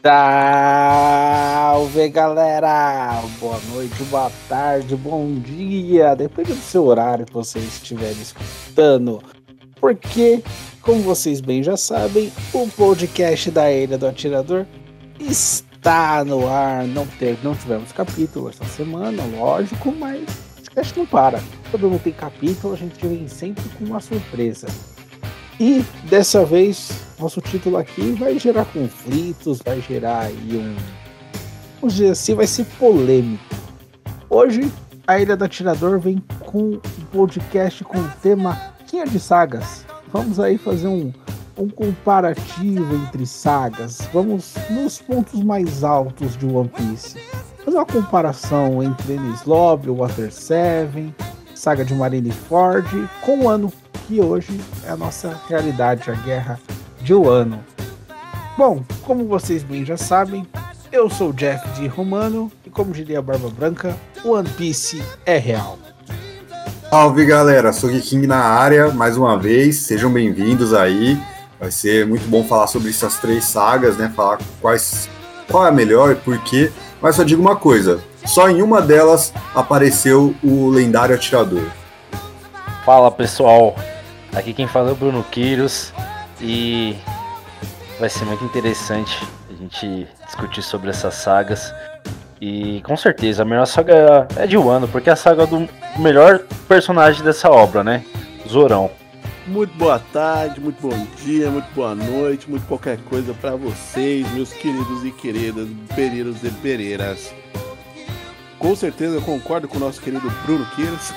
Salve, galera! Boa noite, boa tarde, bom dia, depende do seu horário que você estiver escutando, porque, como vocês bem já sabem, o podcast da Ilha do Atirador está no ar. Não tivemos capítulo essa semana, lógico, mas o podcast não para. Quando não tem capítulo, a gente vem sempre com uma surpresa. E dessa vez, nosso título aqui vai gerar conflitos, vai gerar aí vamos dizer assim, vai ser polêmico. Hoje, a Ilha do Atirador vem com um podcast com o tema Quinha de Sagas. Vamos aí fazer um comparativo entre sagas. Vamos nos pontos mais altos de One Piece. Fazer uma comparação entre Enies Lobby, Water 7, Saga de Marineford, com o ano que hoje é a nossa realidade, a Guerra de Wano. Bom, como vocês bem já sabem, eu sou o Jeff de Romano e, como diria a Barba Branca, One Piece é real. Salve, galera, sou o King na área, mais uma vez, sejam bem-vindos aí. Vai ser muito bom falar sobre essas três sagas, né? Falar qual é a melhor e por quê. Mas só digo uma coisa, só em uma delas apareceu o lendário atirador. Fala, pessoal, aqui quem fala é o Bruno Quiros e vai ser muito interessante a gente discutir sobre essas sagas. E com certeza a melhor saga é de Wano, porque é a saga do melhor personagem dessa obra, né? Zorão. Muito boa tarde, muito bom dia, muito boa noite, muito qualquer coisa pra vocês, meus queridos e queridas, pereiros e pereiras. Com certeza eu concordo com o nosso querido Bruno Quiros.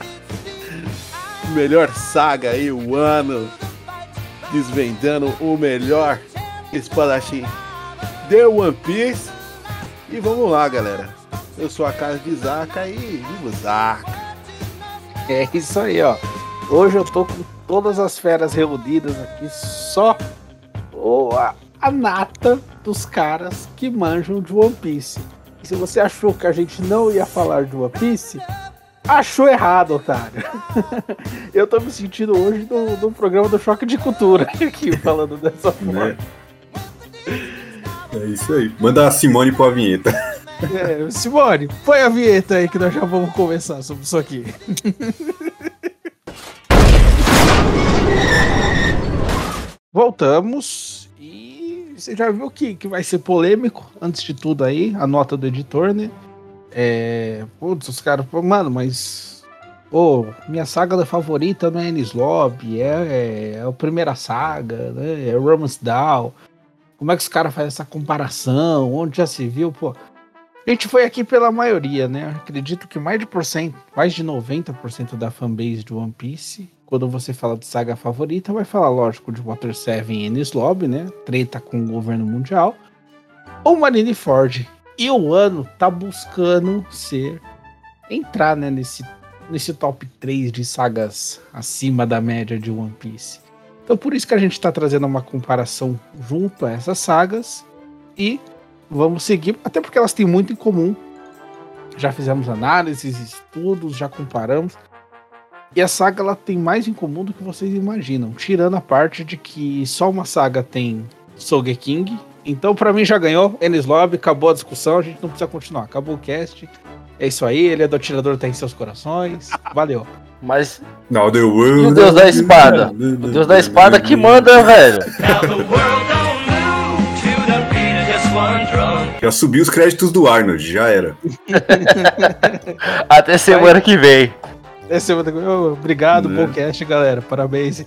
Melhor saga aí, o ano, desvendando o melhor espadachim de One Piece. E vamos lá, galera. Eu sou a Casa de Zaka e vivo Zaka. É isso aí, ó. Hoje eu tô com todas as feras reunidas aqui, só a nata dos caras que manjam de One Piece. E se você achou que a gente não ia falar de One Piece, achou errado, otário. Eu tô me sentindo hoje no programa do Choque de Cultura aqui, falando dessa forma. É isso aí. Manda a Simone pra vinheta. Simone, põe a vinheta aí que nós já vamos conversar sobre isso aqui. Voltamos e você já viu que vai ser polêmico, antes de tudo aí, a nota do editor, né? Putz, os caras, mano, mas minha saga favorita não é Enies Lobby, é a primeira saga, né? É Romance Down. Como é que os caras fazem essa comparação? Onde já se viu, pô? A gente foi aqui pela maioria, né? Acredito que mais de 90% da fanbase de One Piece, quando você fala de saga favorita, vai falar, lógico, de Water 7 e Enies Lobby, né? Treta com o governo mundial. Ou Marineford. E o Wano tá buscando entrar, né, nesse top 3 de sagas acima da média de One Piece. Então por isso que a gente tá trazendo uma comparação junto a essas sagas e vamos seguir, até porque elas têm muito em comum. Já fizemos análises, estudos, já comparamos. E a saga ela tem mais em comum do que vocês imaginam, tirando a parte de que só uma saga tem Sogeking. Então, pra mim, já ganhou. Enies Lobby, acabou a discussão, a gente não precisa continuar. Acabou o cast. É isso aí, ele é do Atirador, tá em seus corações. Valeu. Mas. Now the E world o Deus da Espada? O Deus da Espada que manda, velho. Já subiu os créditos do Arnold, já era. Até semana que vem. Obrigado, bom cast, galera. Parabéns.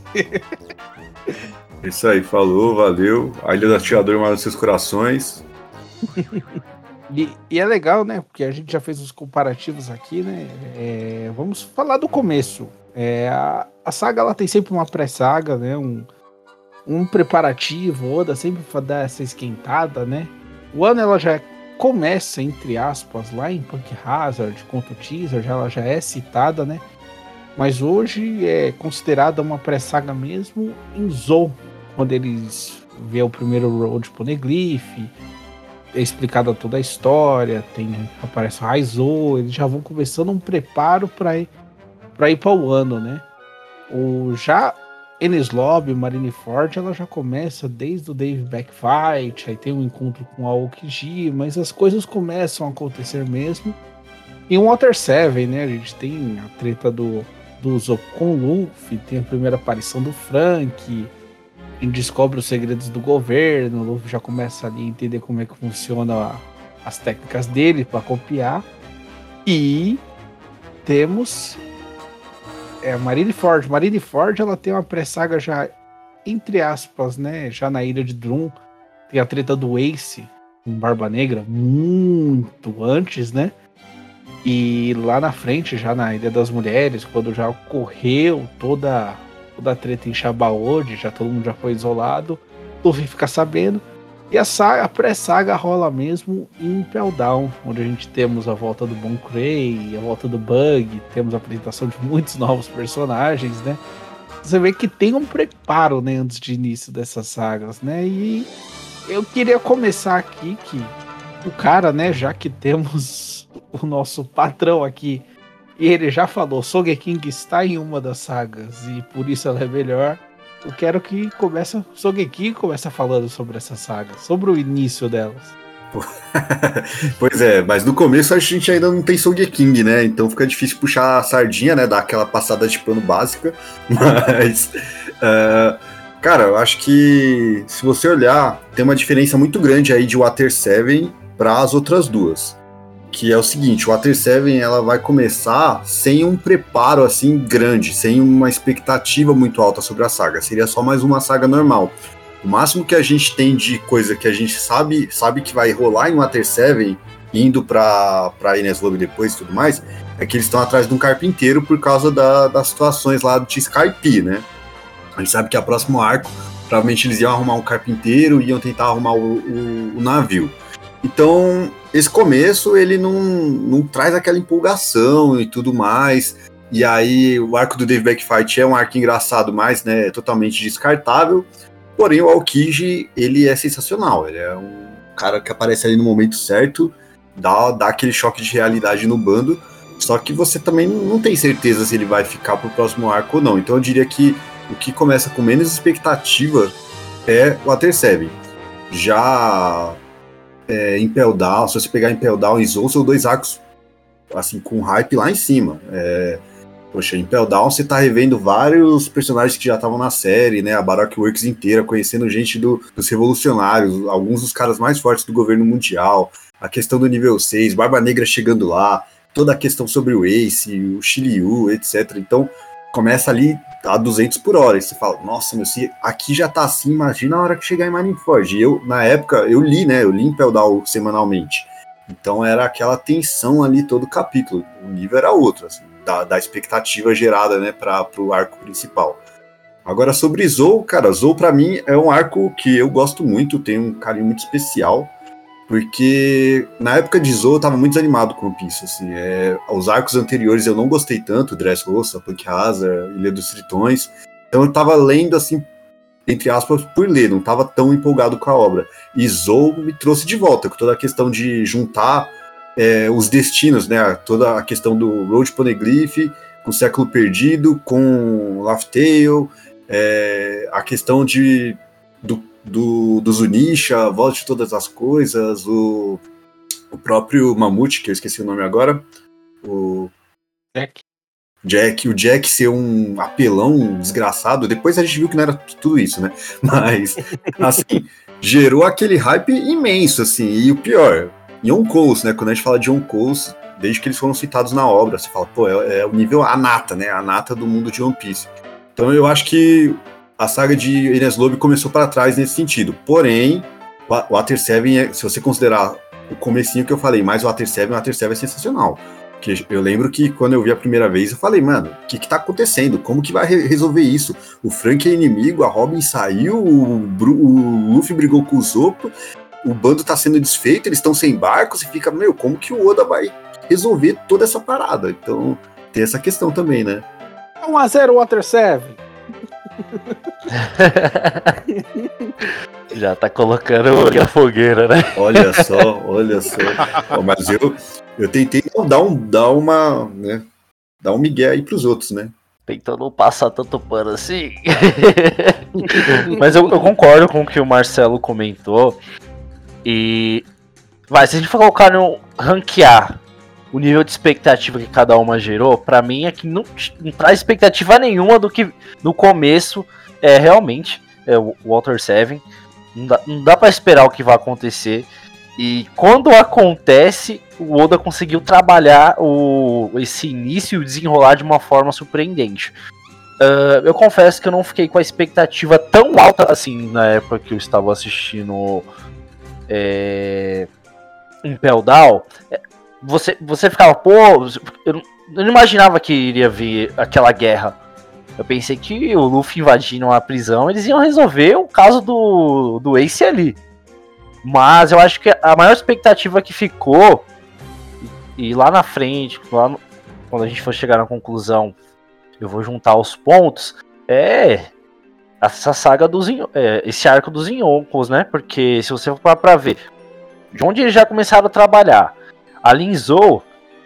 Isso aí, falou, valeu. A Ilha do Atirador mora nos seus corações. E é legal, né? Porque a gente já fez os comparativos aqui, né? Vamos falar do começo. A saga ela tem sempre uma pré-saga, né? Um preparativo, Oda sempre dá essa esquentada, né? O ano ela já começa, entre aspas, lá em Punk Hazard, contra o teaser, ela já é citada, né? Mas hoje é considerada uma pré-saga mesmo em Zou, quando eles vê o primeiro Road Poneglyph, é explicada toda a história, aparece o Raizou, eles já vão começando um preparo para ir para o ano, né? Já Enies Lobby, Marineford, ela já começa desde o Dave Backfight, aí tem um encontro com a Aokiji, mas as coisas começam a acontecer mesmo. Em Water 7, né, a gente tem a treta do Usopp com o Luffy, tem a primeira aparição do Frank, a gente descobre os segredos do governo, o Luffy já começa ali a entender como é que funciona as técnicas dele para copiar. E temos a Marineford. Marineford, ela tem uma pré-saga já, entre aspas, né, já na ilha de Drum. Tem a treta do Ace com Barba Negra, muito antes, né? E lá na frente, já na Ilha das Mulheres, quando já ocorreu toda a treta em Shabaody, já todo mundo já foi isolado, Luffy fica sabendo. E a pré-saga rola mesmo em Impel Down, onde a gente temos a volta do Bon Cray, a volta do Bug, temos a apresentação de muitos novos personagens, né? Você vê que tem um preparo, né, antes de início dessas sagas, né? E eu queria começar aqui que o cara, né, já que temos o nosso patrão aqui, e ele já falou, Sogeking está em uma das sagas, e por isso ela é melhor. Eu quero que Sogeking comece falando sobre essa saga, sobre o início delas. Pois é, mas no começo a gente ainda não tem Sogeking, né? Então fica difícil puxar a sardinha, né? Dar aquela passada de pano básica. Mas, cara, eu acho que se você olhar, tem uma diferença muito grande aí de Water 7 para as outras duas. Que é o seguinte, o Water 7 ela vai começar sem um preparo assim grande, sem uma expectativa muito alta sobre a saga. Seria só mais uma saga normal. O máximo que a gente tem de coisa que a gente sabe que vai rolar em Water 7, indo pra Enies Lobby depois e tudo mais, é que eles estão atrás de um carpinteiro por causa das situações lá do T-Skype, né? A gente sabe que a próximo arco, provavelmente eles iam arrumar um carpinteiro e iam tentar arrumar o navio. Então, esse começo, ele não traz aquela empolgação e tudo mais. E aí, o arco do Dave Backfight é um arco engraçado, mas, né, totalmente descartável. Porém, o Aokiji, ele é sensacional. Ele é um cara que aparece ali no momento certo, dá aquele choque de realidade no bando. Só que você também não tem certeza se ele vai ficar pro próximo arco ou não. Então, eu diria que o que começa com menos expectativa é o Water 7. Já... Impel Down, se você pegar Impel Down e Zou, são dois arcos assim, com hype lá em cima. Poxa, Impel Down você tá revendo vários personagens que já estavam na série, né? A Baroque Works inteira, conhecendo gente dos revolucionários, alguns dos caras mais fortes do governo mundial, a questão do nível 6, Barba Negra chegando lá, toda a questão sobre o Ace, o Shiryu, etc. Então, começa ali a 200 por hora, e você fala, nossa, meu, se aqui já tá assim, imagina a hora que chegar em Marineford. E eu, na época, eu li Impel Down semanalmente, então era aquela tensão ali todo o capítulo, o nível era outro, assim, da expectativa gerada, né, pro arco principal. Agora, sobre Zou, cara, Zou pra mim é um arco que eu gosto muito, tenho um carinho muito especial, porque na época de Zou eu tava muito desanimado com o One Piece, assim, os arcos anteriores eu não gostei tanto, Dressrosa, Punk Hazard, Ilha dos Tritões, então eu tava lendo, assim, entre aspas, por ler, não tava tão empolgado com a obra, e Zou me trouxe de volta, com toda a questão de juntar os destinos, né, toda a questão do Road Poneglyph, com o Século Perdido, com Laugh Tale, a questão do Zunisha, a volta de todas as coisas, o próprio Mamute, que eu esqueci o nome agora, o Jack ser um apelão desgraçado, depois a gente viu que não era tudo isso, né, mas, assim, gerou aquele hype imenso, assim, e o pior, Yonkous, né, quando a gente fala de Yonkous, desde que eles foram citados na obra, você fala, pô, é o nível Anata, né, a Anata do mundo de One Piece. Então eu acho que a saga de Enies Lobby começou para trás nesse sentido. Porém, o Water 7, se você considerar o comecinho que eu falei, mais o Water 7 é sensacional. Porque eu lembro que quando eu vi a primeira vez, eu falei, mano, o que tá acontecendo? Como que vai resolver isso? O Frank é inimigo, a Robin saiu, o Luffy brigou com o Zoppo, o bando tá sendo desfeito, eles estão sem barcos, e fica, meu, como que o Oda vai resolver toda essa parada? Então, tem essa questão também, né? 1-0 Water 7. Já tá colocando a fogueira, né? Olha só. Mas eu tentei dar um migué aí pros outros, né? Tentou não passar tanto pano assim. Mas eu concordo com o que o Marcelo comentou. E se a gente for colocar no ranquear o nível de expectativa que cada uma gerou, pra mim é que não traz expectativa nenhuma do que no começo realmente o Water 7. Não dá pra esperar o que vai acontecer. E quando acontece, o Oda conseguiu trabalhar esse início e o desenrolar de uma forma surpreendente. Eu confesso que eu não fiquei com a expectativa tão alta assim na época que eu estava assistindo Impel Down. Você ficava, pô, eu não imaginava que iria vir aquela guerra. Eu pensei que o Luffy invadindo a prisão, eles iam resolver o caso do Ace ali. Mas eu acho que a maior expectativa que ficou, e lá na frente, quando a gente for chegar na conclusão, eu vou juntar os pontos, essa saga esse arco dos Yonkos, né? Porque se você for pra ver de onde eles já começaram a trabalhar, a Linzou,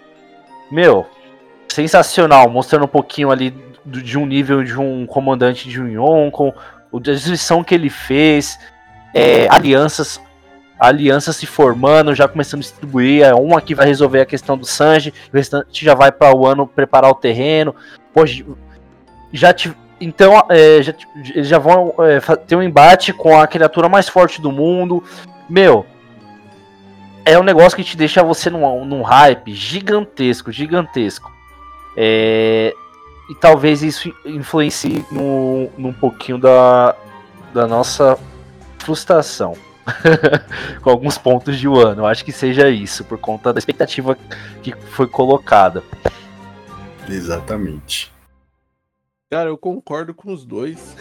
sensacional, mostrando um pouquinho ali de um nível de um comandante de um Yonko, a destruição que ele fez, alianças se formando, já começando a distribuir, um aqui vai resolver a questão do Sanji, o restante já vai para o ano preparar o terreno. Pô, então eles já vão ter um embate com a criatura mais forte do mundo. É um negócio que te deixa você num hype gigantesco. E talvez isso influencie num pouquinho da nossa frustração com alguns pontos de Wano. Eu acho que seja isso, por conta da expectativa que foi colocada. Exatamente. Cara, eu concordo com os dois.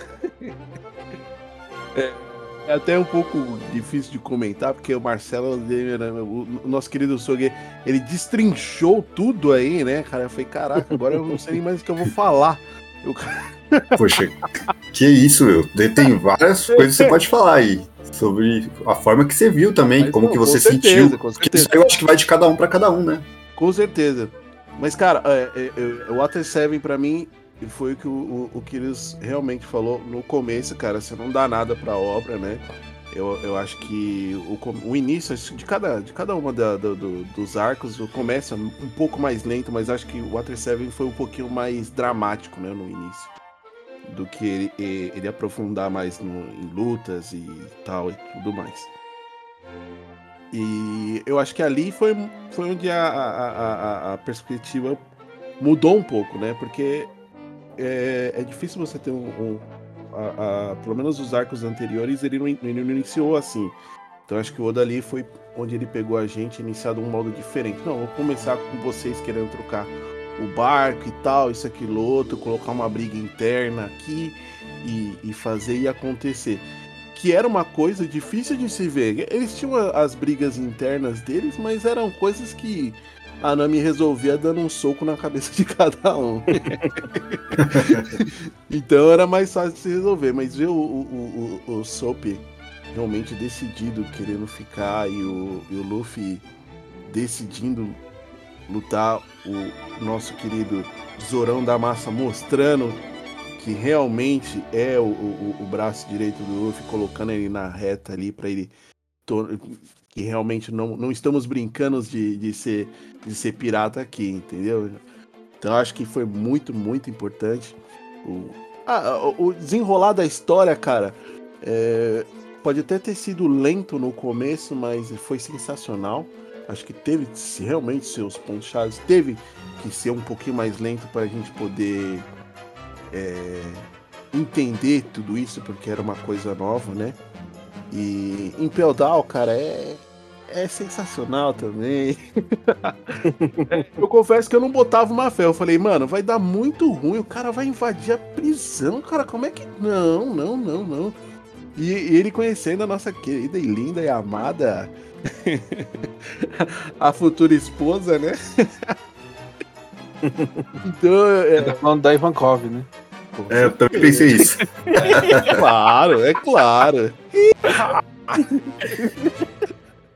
É até um pouco difícil de comentar, porque o Marcelo, o nosso querido Soge, ele destrinchou tudo aí, né, cara? Eu falei, caraca, agora eu não sei nem mais o que eu vou falar. Poxa, que isso, meu? Tem várias coisas que você pode falar aí. Sobre a forma que você viu também, como que você sentiu. Porque isso aí eu acho que vai de cada um pra cada um, né? Com certeza. Mas, cara, o Water 7 pra mim foi o que eles realmente falou no começo, cara. Você não dá nada pra obra, né? Eu acho que o início de cada uma dos arcos, começa um pouco mais lento, mas acho que o Water 7 foi um pouquinho mais dramático, né, no início. Do que ele aprofundar mais em lutas e tal e tudo mais. E eu acho que ali foi onde a perspectiva mudou um pouco, né? Porque é difícil você ter pelo menos os arcos anteriores, ele não iniciou assim. Então acho que o Oda ali foi onde ele pegou a gente, iniciado um modo diferente. Não, vou começar com vocês querendo trocar o barco e tal, isso, aquilo, outro, colocar uma briga interna aqui e fazer e acontecer. Que era uma coisa difícil de se ver. Eles tinham as brigas internas deles, mas eram coisas que a Nami resolvia dando um soco na cabeça de cada um. Então era mais fácil de se resolver. Mas ver o Soap realmente decidido, querendo ficar, e o Luffy decidindo lutar, o nosso querido Zorão da Massa mostrando que realmente é o braço direito do Luffy, colocando ele na reta ali para ele que realmente não estamos brincando de ser pirata aqui, entendeu? Então acho que foi muito, muito importante o desenrolar da história, cara. Pode até ter sido lento no começo, mas foi sensacional. Acho que teve realmente seus pontos chaves, teve que ser um pouquinho mais lento para a gente poder entender tudo isso, porque era uma coisa nova, né? E Impel Down, cara, é sensacional também. Eu confesso que eu não botava uma fé. Eu falei, mano, vai dar muito ruim, o cara vai invadir a prisão, cara, como é que... Não. E ele conhecendo a nossa querida e linda e amada... a futura esposa, né? Então, tá falando da Ivankov, né? Eu também pensei isso. É claro.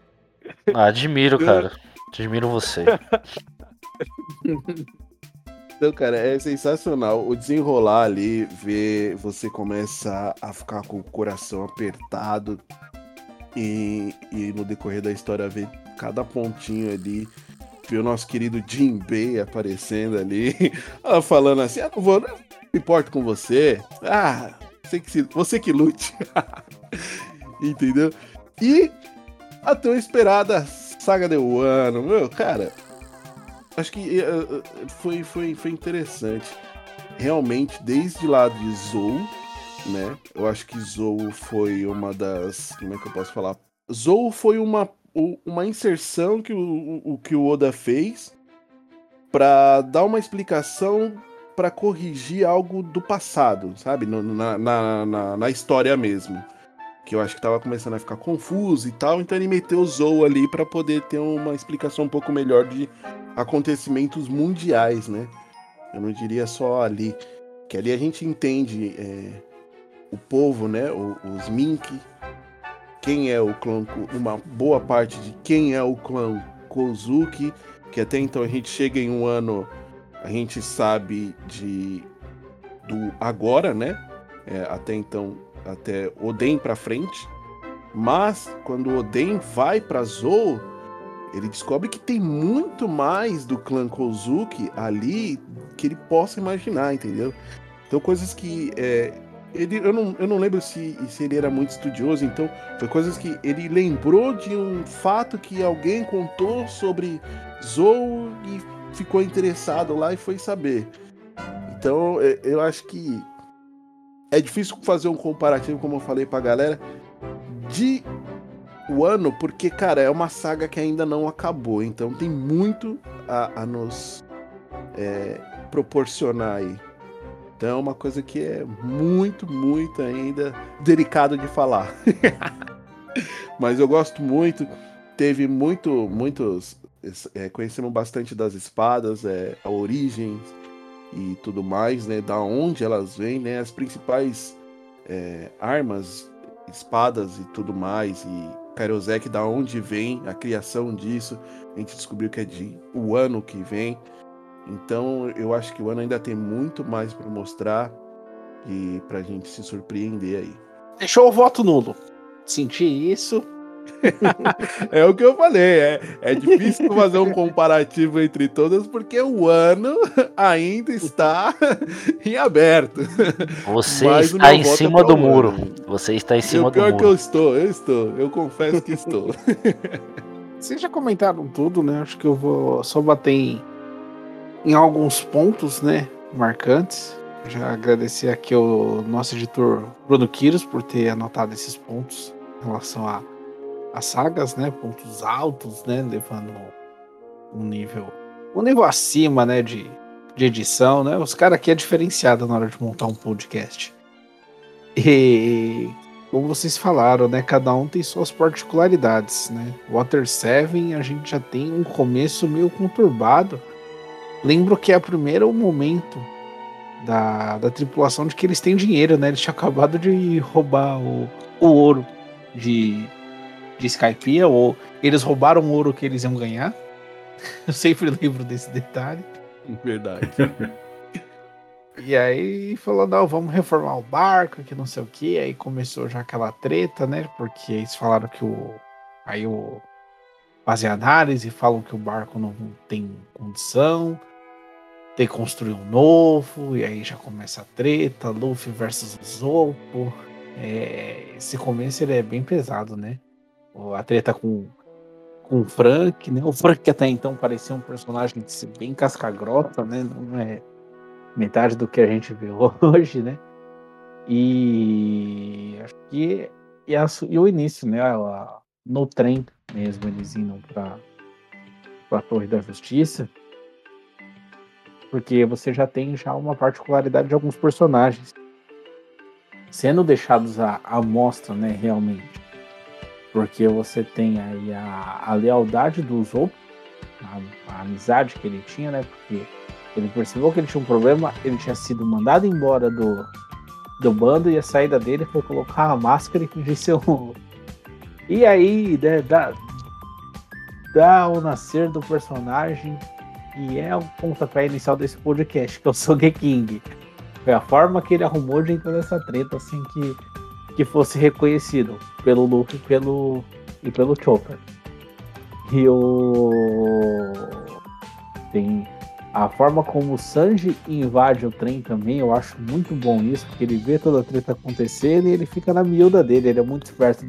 Admiro, cara. Admiro você. Então, cara, é sensacional. O desenrolar ali, ver você começa a ficar com o coração apertado e no decorrer da história ver cada pontinho ali, ver o nosso querido Jinbei aparecendo ali, ela falando assim, não me importo com você. Você que lute. Entendeu? E a tão esperada saga de Wano, meu, cara, acho que foi interessante. Realmente, desde lá de Zou, né? Eu acho que Zou foi uma das... Como é que eu posso falar? Zou foi uma inserção que o Oda fez pra dar uma explicação pra corrigir algo do passado, sabe? Na história mesmo. Que eu acho que tava começando a ficar confuso e tal, então ele meteu o Zou ali pra poder ter uma explicação um pouco melhor de acontecimentos mundiais, né? Eu não diria só ali, que ali a gente entende o povo, né? Os Mink, quem é o clã, uma boa parte de quem é o clã Kozuki, que até então a gente chega em um ano, a gente sabe do agora, né? Até então, até Oden pra frente, mas quando o Oden vai pra Zou, ele descobre que tem muito mais do clã Kozuki ali que ele possa imaginar, entendeu? Então coisas que eu não lembro se ele era muito estudioso, então foi coisas que ele lembrou de um fato que alguém contou sobre Zou e ficou interessado lá e foi saber. Então eu acho que é difícil fazer um comparativo, como eu falei pra galera, de Wano, porque, cara, é uma saga que ainda não acabou, então tem muito a nos proporcionar aí. Então é uma coisa que é muito, muito ainda delicado de falar. Mas eu gosto muito, teve muitos... conhecemos bastante das espadas, a origem e tudo mais, né? Da onde elas vêm, né? As principais armas, espadas e tudo mais, e Kairosek, da onde vem a criação disso. A gente descobriu que é de Wano que vem. Então eu acho que o Wano ainda tem muito mais para mostrar e pra gente se surpreender aí. Deixou o voto nulo. Senti isso. É o que eu falei, é difícil fazer um comparativo entre todas, porque o ano ainda está em aberto. Você está em cima do muro. Você está em cima do muro. O pior que eu confesso que estou. Vocês já comentaram tudo, né? Acho que eu vou só bater em alguns pontos, né, marcantes. Já agradecer aqui ao nosso editor Bruno Quiros por ter anotado esses pontos em relação as sagas, né, pontos altos, né, levando um nível acima, né, de edição, né, os caras aqui é diferenciado na hora de montar um podcast. E como vocês falaram, né, cada um tem suas particularidades, né, Water 7 a gente já tem um começo meio conturbado. Lembro que é o primeiro momento da tripulação de que eles têm dinheiro, né, eles tinham acabado de roubar o ouro de Skypiea, ou eles roubaram o ouro que eles iam ganhar. Eu sempre lembro desse detalhe. Verdade. E aí falou, não, vamos reformar o barco, que não sei o que. Aí começou já aquela treta, né? Porque eles falaram que fazem análise e falam que o barco não tem condição, tem que construir um novo, e aí já começa a treta, Luffy versus Zoppo. Esse começo ele é bem pesado, né? A treta com o Frank, né? O Frank que até então parecia um personagem bem casca-grossa, né? Não é metade do que a gente vê hoje, né? E acho que e o início, né? No trem mesmo, eles indo para a Torre da Justiça, porque você já tem uma particularidade de alguns personagens sendo deixados à mostra, né? Realmente. Porque você tem aí a lealdade do Zoppo, a amizade que ele tinha, né? Porque ele percebeu que ele tinha um problema, ele tinha sido mandado embora do bando, e a saída dele foi colocar a máscara e fingir ser um... E aí, né, dá o nascer do personagem que é o pontapé inicial desse podcast, que é o Sogeking. Foi a forma que ele arrumou de entrar nessa treta, assim, que fosse reconhecido pelo Luffy e pelo Chopper. E tem a forma como o Sanji invade o trem também, eu acho muito bom isso, porque ele vê toda a treta acontecendo e ele fica na miúda dele, ele é muito esperto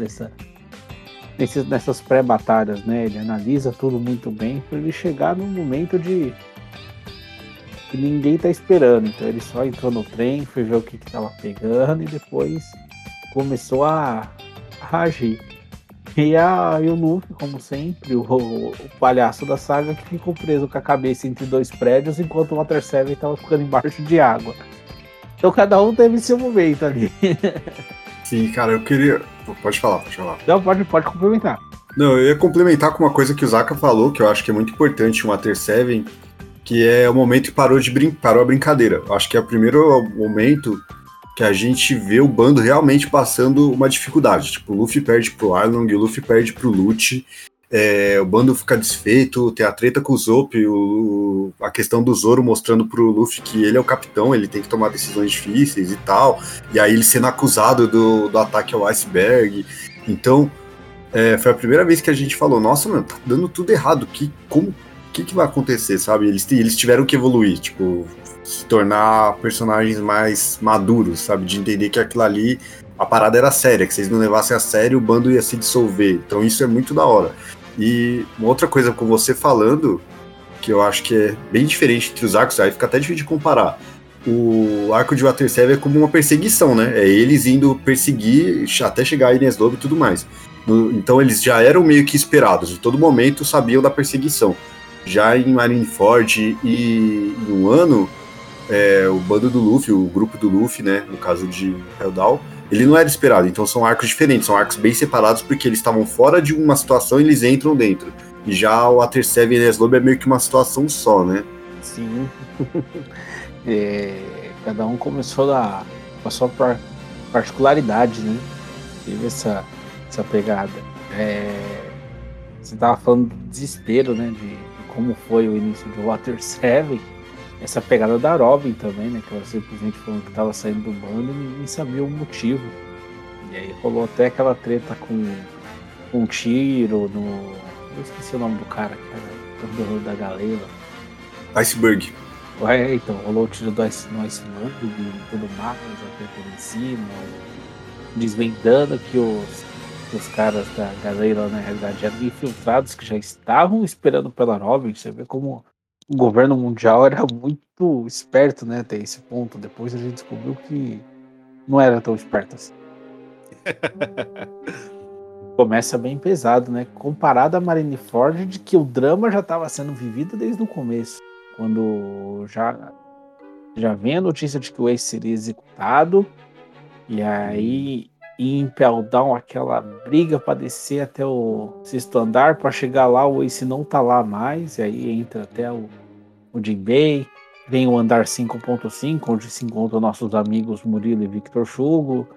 nessas pré-batalhas, né? Ele analisa tudo muito bem para ele chegar num momento que ninguém tá esperando. Então ele só entrou no trem, foi ver o que tava pegando e depois começou a agir. E o Luffy, como sempre, o palhaço da saga, que ficou preso com a cabeça entre dois prédios, enquanto o Water 7 estava ficando embaixo de água. Então cada um teve seu momento ali. Sim, cara, eu queria... Pode falar. Não, pode complementar. Não, eu ia complementar com uma coisa que o Zaka falou, que eu acho que é muito importante no Water 7, que é o momento que parou a brincadeira. Eu acho que é o primeiro momento que a gente vê o bando realmente passando uma dificuldade. Tipo, o Luffy perde pro Arlong, o Luffy perde pro Lute, o bando fica desfeito, tem a treta com o Zop, a questão do Zoro mostrando pro Luffy que ele é o capitão, ele tem que tomar decisões difíceis e tal, e aí ele sendo acusado do ataque ao iceberg. Então, foi a primeira vez que a gente falou, nossa, mano, tá dando tudo errado, o que vai acontecer, sabe? Eles tiveram que evoluir, tipo, se tornar personagens mais maduros, sabe? De entender que aquilo ali, a parada era séria, que se eles não levassem a sério, o bando ia se dissolver. Então isso é muito da hora. E uma outra coisa com você falando, que eu acho que é bem diferente entre os arcos, aí fica até difícil de comparar. O arco de Water 7 é como uma perseguição, né? É eles indo perseguir até chegar a Ines Lobby e tudo mais. Então eles já eram meio que esperados, em todo momento sabiam da perseguição. Já em Marineford e em Wano, o bando do Luffy, o grupo do Luffy, né, no caso de Helldall, ele não era esperado, então são arcos diferentes, são arcos bem separados porque eles estavam fora de uma situação e eles entram dentro. E já o Water 7 e Ines Lobby é meio que uma situação só, né? Sim. Cada um começou com a sua particularidade, né? Teve essa pegada. Você tava falando do desespero, né? De como foi o início de Water 7. Essa pegada da Robin também, né? Que ela simplesmente falando que tava saindo do bando e ninguém sabia o motivo. E aí rolou até aquela treta com um tiro no... Eu esqueci o nome do cara, que era o dono da galera. Iceberg. Então, rolou o tiro no Iceberg e tudo mais, apertando em cima, desvendando que os caras da galera, na realidade, eram infiltrados que já estavam esperando pela Robin. Você vê como o governo mundial era muito esperto, né, até esse ponto. Depois a gente descobriu que não era tão esperto assim. Começa bem pesado, né? Comparado a Marineford, de que o drama já estava sendo vivido desde o começo. Quando já vem a notícia de que o Ace seria executado, e aí em Impel Down aquela briga para descer até o sexto andar, para chegar lá o Ace não tá lá mais, e aí entra até o Jinbei, vem o andar 5.5, onde se encontram nossos amigos Murilo e Victor Chugo.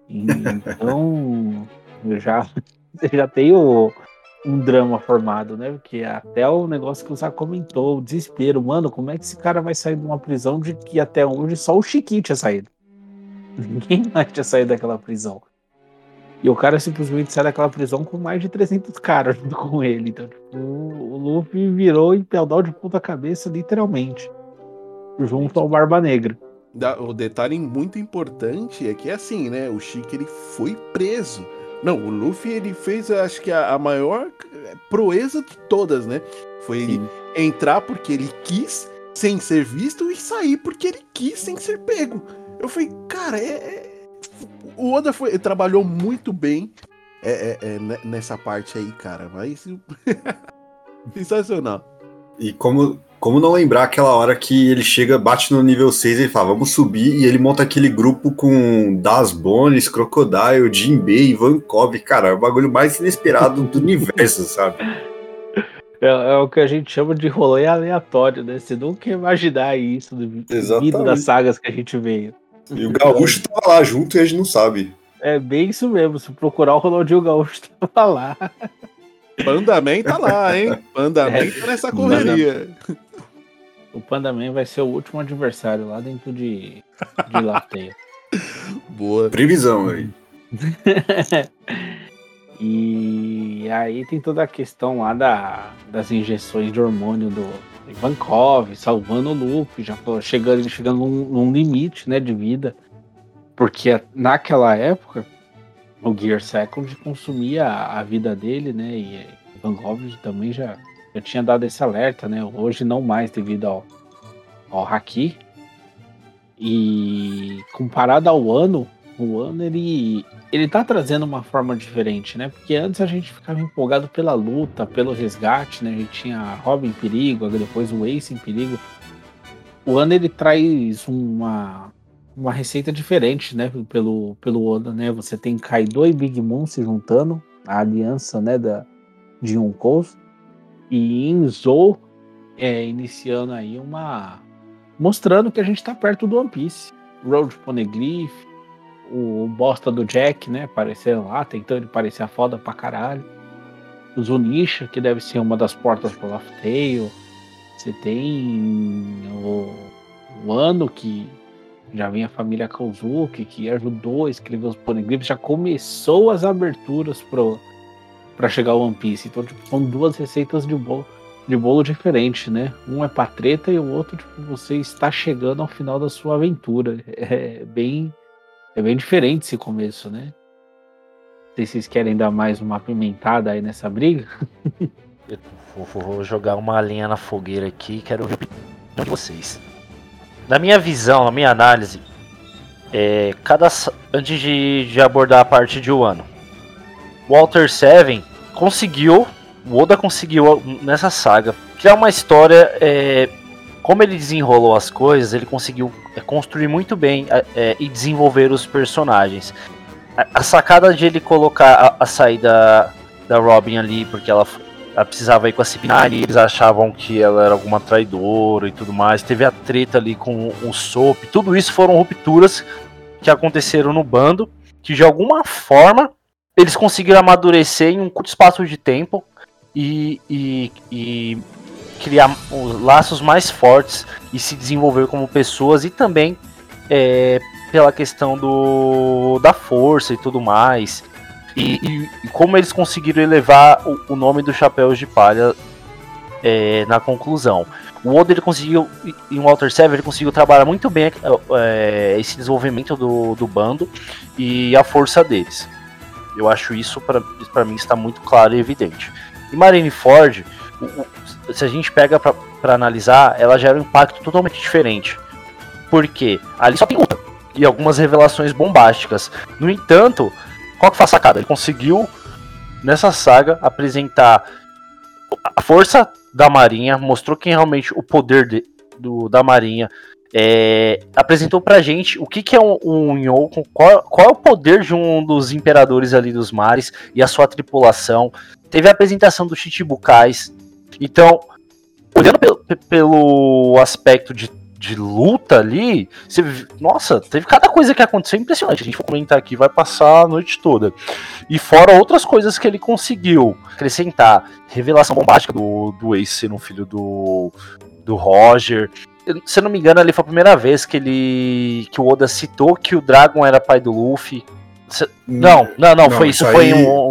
Então já tem um drama formado, né? Porque até o negócio que o Sá comentou, o desespero, mano, como é que esse cara vai sair de uma prisão de que até hoje só o Chiquinho tinha saído? Ninguém mais tinha saído daquela prisão. E o cara simplesmente sai daquela prisão com mais de 300 caras junto com ele. Então, tipo, o Luffy virou Impel Down de ponta cabeça, literalmente, junto ao Barba Negra. O detalhe muito importante é que, assim, né, o Chique, ele foi preso. Não, o Luffy, ele fez, acho que a maior proeza de todas, né? Foi ele entrar porque ele quis, sem ser visto, e sair porque ele quis, sem ser pego. Eu falei, cara, o Oda trabalhou muito bem nessa parte aí, cara. Mas sensacional. E como não lembrar aquela hora que ele chega, bate no nível 6 e fala, vamos subir, e ele monta aquele grupo com Das Bones, Crocodile, Jinbei, Ivankov, cara, é o bagulho mais inesperado do universo, sabe? É o que a gente chama de rolê aleatório, né? Você nunca ia imaginar isso devido das sagas que a gente veio. E o Gaúcho tava lá junto e a gente não sabe. É bem isso mesmo, se procurar o Ronaldinho Gaúcho tava lá. Pandaman tá lá, hein? Pandaman tá nessa correria. O Panda Man vai ser o último adversário lá dentro de Lateia. Boa. Previsão aí. E aí tem toda a questão lá das injeções de hormônio do Ivankov, salvando o Luffy, já chegando num limite, né, de vida. Porque naquela época o Gear Second consumia a vida dele, né? E Ivankov também já tinha dado esse alerta, né? Hoje não mais devido ao Haki. E comparado ao Wano, o Wano ele tá trazendo uma forma diferente, né? Porque antes a gente ficava empolgado pela luta, pelo resgate, né? A gente tinha a Robin em perigo, depois o Ace em perigo. O Wano ele traz uma receita diferente, né? Pelo Oda, né? Você tem Kaido e Big Mom se juntando, a aliança, né? De Yonkous, e Inzo iniciando aí mostrando que a gente tá perto do One Piece. Road Poneglyph, o bosta do Jack, né? Aparecendo lá, tentando parecer a foda pra caralho. O Zunisha, que deve ser uma das portas pro Laugh Tale. Você tem o Ano, que já vem a família Kozuki, que ajudou a escrever os Poneglyphs, já começou as aberturas pra chegar ao One Piece. Então, tipo, são duas receitas de bolo diferente, né? Um é pra treta e o outro, tipo, você está chegando ao final da sua aventura. É bem diferente esse começo, né? Não sei se vocês querem dar mais uma apimentada aí nessa briga. Eu vou jogar uma lenha na fogueira aqui, quero ouvir a opinião de vocês. Na minha visão, na minha análise, antes de abordar a parte de Wano, Walter Seven o Oda conseguiu nessa saga criar uma história, como ele desenrolou as coisas, ele conseguiu construir muito bem e desenvolver os personagens. A sacada de ele colocar a saída da Robin ali, porque ela precisava ir com a CP9 e eles achavam que ela era alguma traidora e tudo mais. Teve a treta ali com o Soap. Tudo isso foram rupturas que aconteceram no bando, que de alguma forma eles conseguiram amadurecer em um curto espaço de tempo e criar os laços mais fortes e se desenvolver como pessoas, e também pela questão da força e tudo mais. E como eles conseguiram elevar o nome do Chapéus de Palha na conclusão. O Oda, ele conseguiu, em Walter Seven, ele conseguiu trabalhar muito bem esse desenvolvimento do bando e a força deles. Eu acho isso, para mim, está muito claro e evidente. E Marineford, se a gente pega para analisar, ela gera um impacto totalmente diferente. Porque ali só tem luta e algumas revelações bombásticas. No entanto, qual que foi a sacada? Ele conseguiu, nessa saga, apresentar a força da Marinha, mostrou quem realmente o poder da Marinha, apresentou pra gente o que é um Yonko, qual é o poder de um dos imperadores ali dos mares e a sua tripulação. Teve a apresentação dos Chichibukais. Então, olhando pelo aspecto de luta ali, nossa, teve cada coisa que aconteceu impressionante. A gente vai comentar aqui, vai passar a noite toda. E fora outras coisas que ele conseguiu acrescentar. Revelação bombástica do Ace ser um filho do Roger. Se eu não me engano, ali foi a primeira vez que o Oda citou que o Dragon era pai do Luffy. Não, foi isso. Foi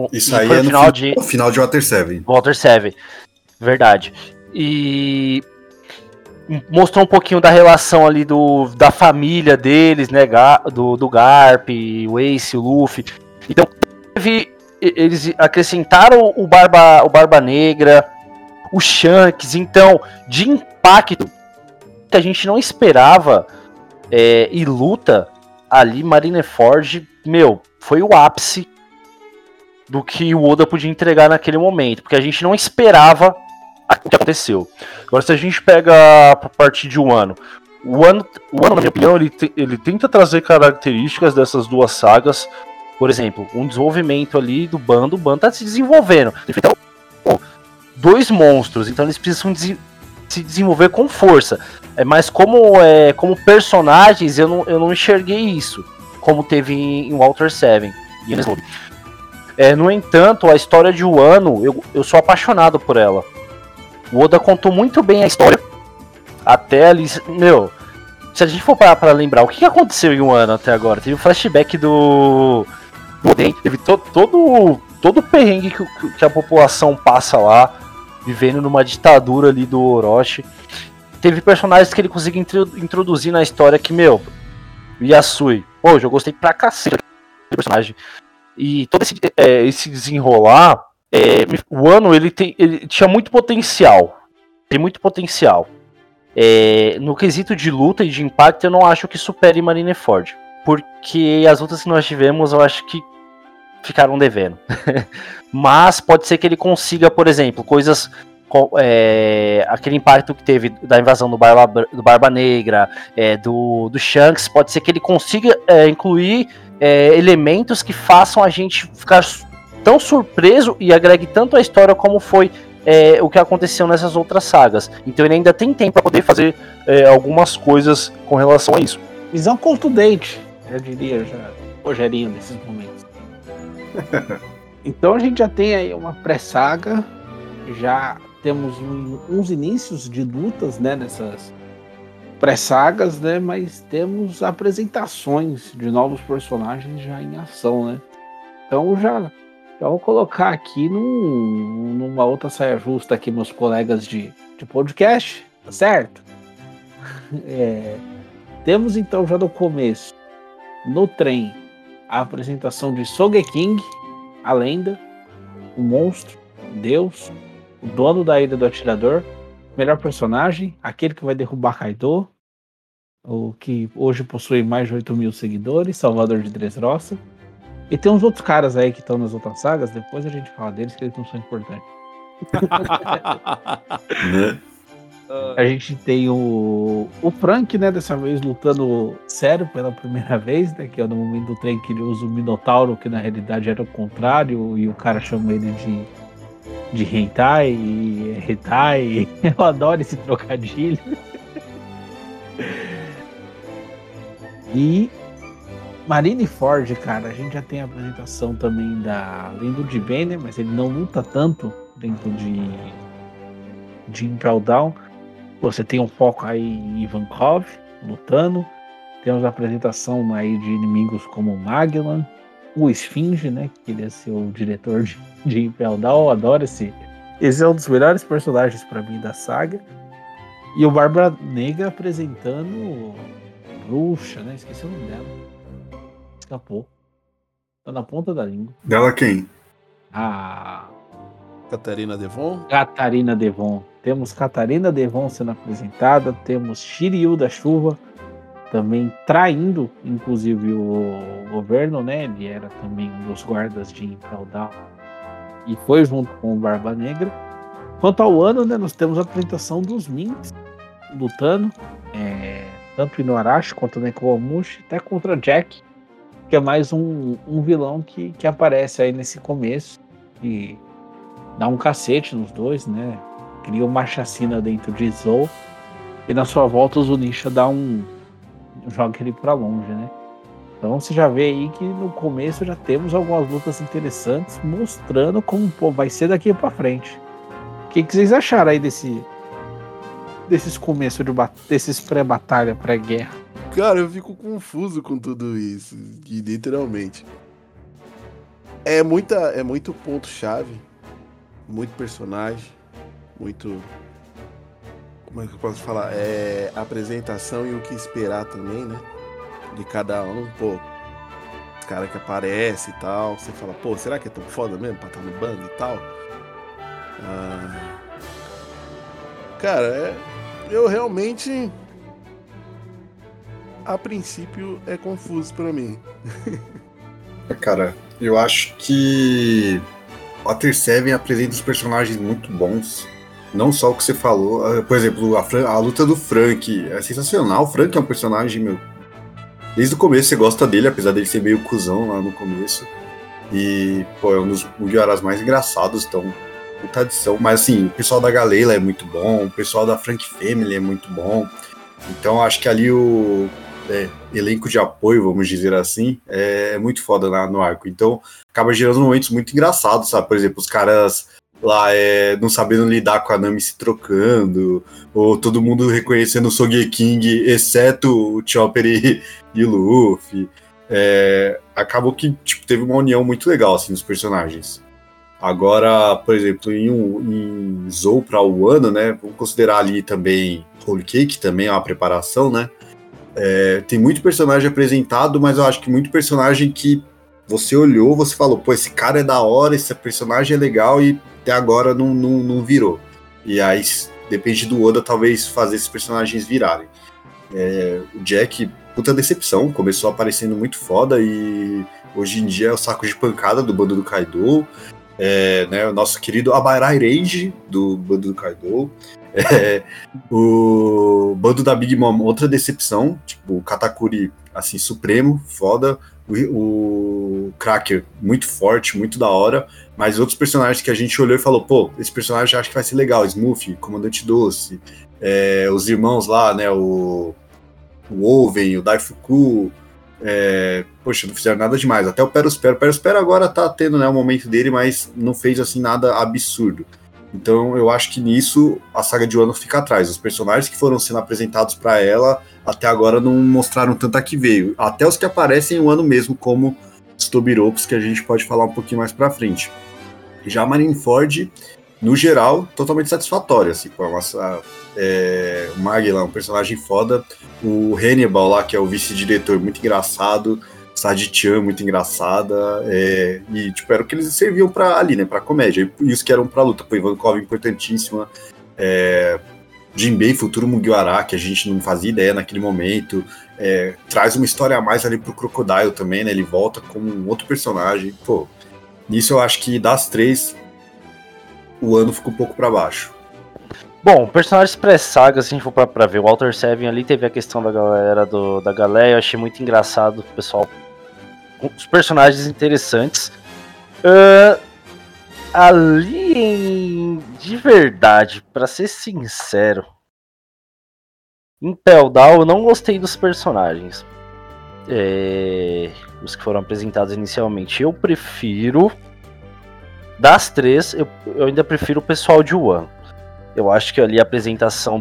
no final de Walter Seven. Walter Seven, verdade. E mostrou um pouquinho da relação ali da família deles, né? Do Garp, o Ace, o Luffy. Então, eles acrescentaram o Barba Negra, o Shanks. Então, de impacto que a gente não esperava e luta ali, Marineford, foi o ápice do que o Oda podia entregar naquele momento, porque a gente não esperava o que aconteceu. Agora, se a gente pega a partir de Wano, na minha opinião, ele tenta trazer características dessas duas sagas. Por exemplo, um desenvolvimento ali do bando. O bando tá se desenvolvendo. Então, dois monstros, então eles precisam se desenvolver com força. Mas como personagens, eu não enxerguei isso, como teve em Walter Seven. No entanto, a história de Wano, eu sou apaixonado por ela. O Oda contou muito bem a história. até ali, meu, se a gente for parar pra lembrar, o que aconteceu em um ano até agora? Teve o flashback do Oden, teve todo o perrengue que a população passa lá, vivendo numa ditadura ali do Orochi. Teve personagens que ele conseguiu introduzir na história que, meu, Yasui, pô, eu gostei pra cacete do personagem. E todo esse desenrolar, o Wano, ele tinha muito potencial. Tem muito potencial. No quesito de luta e de impacto, eu não acho que supere Marineford. Porque as lutas que nós tivemos, eu acho que ficaram devendo. Mas pode ser que ele consiga, por exemplo, coisas... aquele impacto que teve da invasão do Barba Negra, do Shanks, pode ser que ele consiga incluir elementos que façam a gente ficar tão surpreso e agregue tanto a história como foi o que aconteceu nessas outras sagas. Então ele ainda tem tempo para poder fazer algumas coisas com relação a isso. Visão contundente, eu diria, já Rogerinho nesses momentos. Então a gente já tem aí uma pré-saga, já temos uns inícios de lutas, né, nessas pré-sagas, né, mas temos apresentações de novos personagens já em ação, né? Então já vou colocar aqui numa outra saia justa aqui meus colegas de podcast, tá certo? Temos então já no começo, no trem, a apresentação de Sogeking, a lenda, o monstro, Deus, o dono da Ilha do Atirador, melhor personagem, aquele que vai derrubar Kaido, o que hoje possui mais de 8.000 seguidores, Salvador de Dressrosa. E tem uns outros caras aí que estão nas outras sagas, depois a gente fala deles, que eles não são importantes. A gente tem o Frank, né, dessa vez lutando sério pela primeira vez, né, que é no momento do trem que ele usa o Minotauro, que na realidade era o contrário, e o cara chama ele de hentai e hentai. Eu adoro esse trocadilho. E Marineford, cara, a gente já tem a apresentação também além do Jiben, né, mas ele não luta tanto dentro de Impel Down. Você tem um foco aí em Ivankov lutando. Temos a apresentação aí de inimigos como o Magellan, o Esfinge, né, que ele é seu diretor de Impel Down. Eu adoro esse é um dos melhores personagens para mim da saga. E o Barba Negra apresentando Bruxa, né, esqueci o nome dela. Escapou. Tá na ponta da língua. Dela quem? A Catarina Devon. Catarina Devon. Temos Catarina Devon sendo apresentada. Temos Shiryu da Chuva também traindo, inclusive, o governo, né? Ele era também um dos guardas de Impel Down e foi junto com o Barba Negra. Quanto ao Wano, né? Nós temos a apresentação dos Minks lutando, tanto Inuarashi quanto Nekomamushi, até contra Jack, que é mais um vilão que aparece aí nesse começo e dá um cacete nos dois, né? Cria uma chacina dentro de Zou e na sua volta o Zunisha joga ele pra longe, né? Então você já vê aí que no começo já temos algumas lutas interessantes mostrando como vai ser daqui pra frente. O que vocês acharam aí desses começos desses pré-batalha, pré-guerra? Cara, eu fico confuso com tudo isso, e literalmente. É muito ponto-chave, muito personagem, muito... Como é que eu posso falar? A apresentação e o que esperar também, né? De cada um, pô. Os caras que aparecem e tal, você fala, pô, será que é tão foda mesmo pra estar no bando e tal? Cara, eu realmente... A princípio é confuso pra mim. Cara, eu acho que Water 7 apresenta os personagens muito bons. Não só o que você falou. Por exemplo, a luta do Frank é sensacional. O Frank é um personagem, meu. Desde o começo você gosta dele, apesar dele ser meio cuzão lá no começo. E, pô, é um dos Mugiwaras mais engraçados, então, puta adição. Mas, assim, o pessoal da Galela é muito bom, o pessoal da Frank Family é muito bom. Então, acho que ali o elenco de apoio, vamos dizer assim, é muito foda no arco. Então, acaba gerando momentos muito engraçados, sabe? Por exemplo, os caras lá não sabendo lidar com a Nami se trocando, ou todo mundo reconhecendo o Sogeking, exceto o Chopper e o Luffy. Acabou que tipo, teve uma união muito legal assim, dos personagens. Agora, por exemplo, em Zou para o Wano, né? Vamos considerar ali também Whole Cake, também é uma preparação, né? Tem muito personagem apresentado, mas eu acho que muito personagem que você olhou, você falou, pô, esse cara é da hora, esse personagem é legal e até agora não virou. E aí, depende do Oda, talvez fazer esses personagens virarem. O Jack, puta decepção, começou aparecendo muito foda e hoje em dia é o saco de pancada do bando do Kaido. Né, o nosso querido Abarai Range do bando do Kaido. O bando da Big Mom, outra decepção, tipo, o Katakuri, assim, supremo, foda, o Cracker, muito forte, muito da hora, mas outros personagens que a gente olhou e falou, pô, esse personagem acho que vai ser legal, Smoothie, Comandante Doce, os irmãos lá, né, o Oven, o Daifuku, poxa, não fizeram nada demais, até o Perospero agora tá tendo, né, o momento dele, mas não fez, assim, nada absurdo. Então eu acho que nisso a saga de Wano fica atrás. Os personagens que foram sendo apresentados para ela até agora não mostraram tanto a que veio. Até os que aparecem em Wano mesmo, como os Tobiropos, que a gente pode falar um pouquinho mais pra frente. Já a Marineford, no geral, totalmente satisfatória. Assim, o Magellan, um personagem foda. O Hannibal lá, que é o vice-diretor, muito engraçado. Sadi-chan, muito engraçada, e tipo, era o que eles serviam pra, ali, né, pra comédia, e os que eram pra luta, pô, Ivankov importantíssima, Jinbei, futuro Mugiwara, que a gente não fazia ideia naquele momento, traz uma história a mais ali pro Crocodile também, né, ele volta como um outro personagem, pô, nisso eu acho que das três, o Ano ficou um pouco pra baixo. Bom, personagens pré-saga, se a gente for pra ver, o Walter Seven ali teve a questão da galera da Galeia, eu achei muito engraçado, o pessoal, os personagens interessantes. De verdade, pra ser sincero, em Pell Down eu não gostei dos personagens, os que foram apresentados inicialmente. Eu prefiro, das três, eu ainda prefiro o pessoal de Wano. Eu acho que ali a apresentação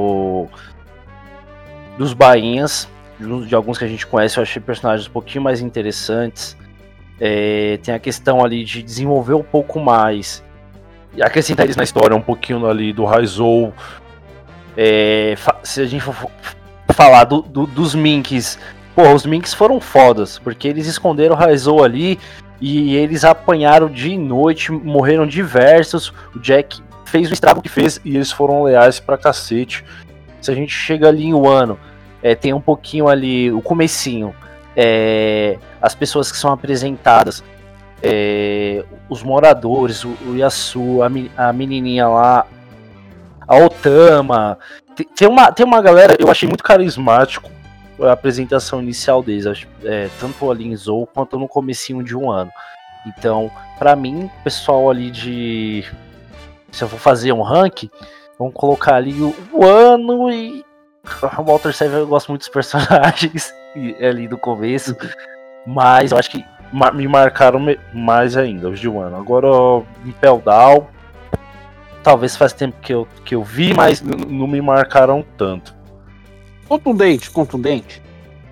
dos bainhas, de alguns que a gente conhece, eu achei personagens um pouquinho mais interessantes. Tem a questão ali de desenvolver um pouco mais e acrescentar eles na história um pouquinho ali do Raizou. Se a gente for falar dos Minks, porra, os Minks foram fodas, porque eles esconderam o Raizou ali e eles apanharam de noite, morreram diversos. O Jack fez o estrago que fez e eles foram leais pra cacete. Se a gente chega ali em Wano, tem um pouquinho ali, o comecinho, as pessoas que são apresentadas, os moradores, o Yasu, a menininha lá, a Otama, tem uma galera, eu achei muito carismático a apresentação inicial deles, tanto ali em Zou quanto no comecinho de Wano. Então, pra mim, o pessoal ali se eu for fazer um rank, vamos colocar ali o Ano e o Walter Seven. Eu gosto muito dos personagens ali do começo, mas eu acho que me marcaram mais ainda os de Wano. Agora, em Pell Down, talvez faz tempo que eu vi, mas não me marcaram tanto. Contundente.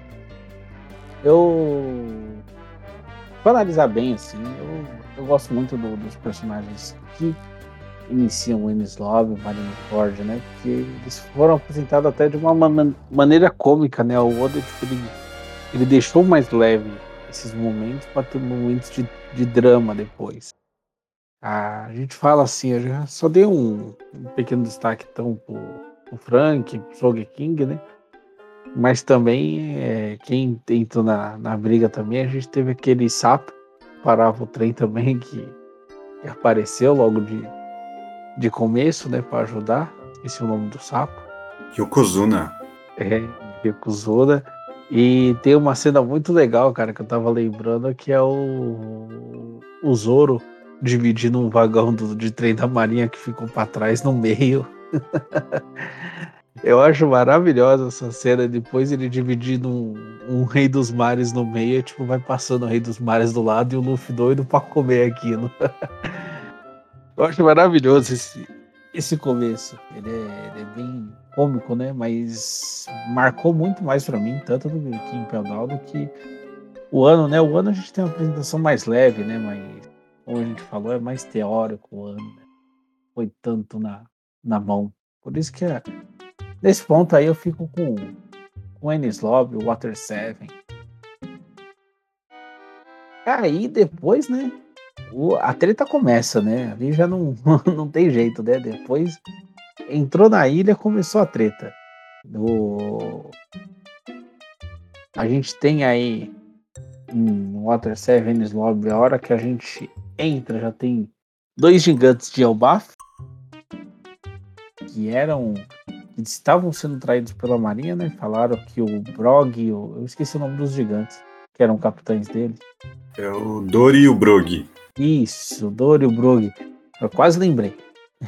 Pra analisar bem, assim, eu gosto muito dos personagens que iniciam o Enies Lobby, o Marineford, né? Porque eles foram apresentados até de uma maneira cômica, né? O Oda, tipo, ele deixou mais leve esses momentos para ter momentos de drama depois. A gente fala assim, eu já só dei um pequeno destaque então pro Frank, pro Sogeking, né? Mas também quem entrou na briga também, a gente teve aquele sapo, parava o trem também, que apareceu logo de começo, né, para ajudar. Esse é o nome do sapo. Yokozuna. Yokozuna. E tem uma cena muito legal, cara, que eu tava lembrando, que é o Zoro dividindo um vagão de trem da Marinha que ficou para trás no meio. Eu acho maravilhosa essa cena. Depois ele dividindo um Rei dos Mares no meio, tipo, vai passando o Rei dos Mares do lado e o Luffy doido pra comer aquilo. Eu acho maravilhoso esse começo. Ele é bem cômico, né? Mas marcou muito mais pra mim, tanto do Kim Peldal do que o ano, né? O ano a gente tem uma apresentação mais leve, né? Mas, como a gente falou, é mais teórico o ano, né? Foi tanto na mão. Por isso que nesse ponto aí eu fico com Enies Lobby, Water 7. Aí depois, né? A treta começa, né? Ali já não, não tem jeito, né? Depois entrou na ilha, começou a treta. A gente tem aí um Water 7 Enies Lobby, a hora que a gente entra, já tem 2 gigantes de Elbaf que estavam sendo traídos pela marinha, né? Falaram que o Brog, eu esqueci o nome dos gigantes, que eram capitães dele. É o Dori e o Brog. Isso, o Dori e o Brog. Eu quase lembrei.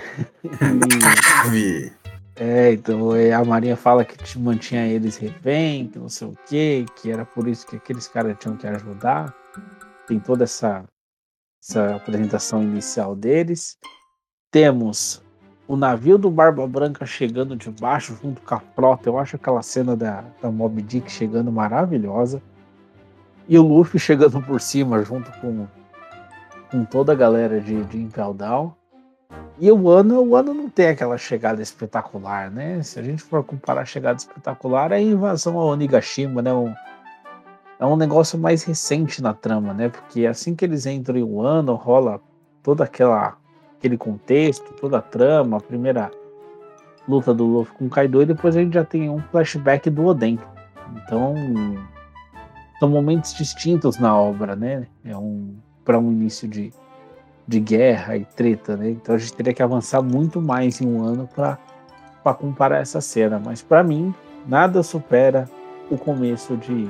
Então a marinha fala que mantinha eles refém, que não sei o quê, que era por isso que aqueles caras tinham que ajudar. Tem toda essa apresentação inicial deles. Temos o navio do Barba Branca chegando de baixo junto com a frota. Eu acho aquela cena da Moby Dick chegando maravilhosa. E o Luffy chegando por cima junto com toda a galera de Impel Down. E o Wano não tem aquela chegada espetacular, né? Se a gente for comparar a chegada espetacular, é a invasão a Onigashima, né? É um negócio mais recente na trama, né? Porque assim que eles entram em Wano, rola todo aquele contexto, toda a trama, a primeira luta do Luffy com o Kaido, e depois a gente já tem um flashback do Oden. Então, são momentos distintos na obra, né? Para um início de guerra e treta, né? Então a gente teria que avançar muito mais em um ano para comparar essa cena. Mas para mim, nada supera o começo de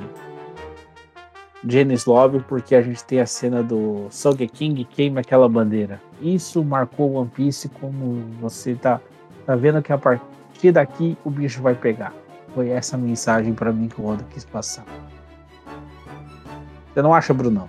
Enies Lobby, porque a gente tem a cena do Sogeking queima aquela bandeira. Isso marcou One Piece, como você tá vendo que a partir daqui o bicho vai pegar. Foi essa mensagem para mim que o Oda quis passar. Você não acha, Brunão?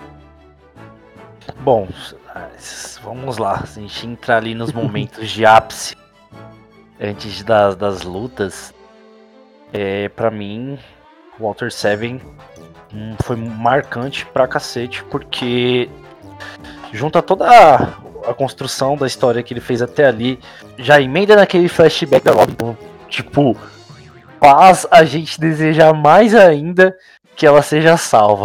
Bom, vamos lá. A gente entra ali nos momentos de ápice antes das lutas. Pra mim, Water 7 foi marcante pra cacete, porque junta toda a construção da história que ele fez até ali, já emenda naquele flashback da Robin, tipo, faz a gente desejar mais ainda que ela seja salva.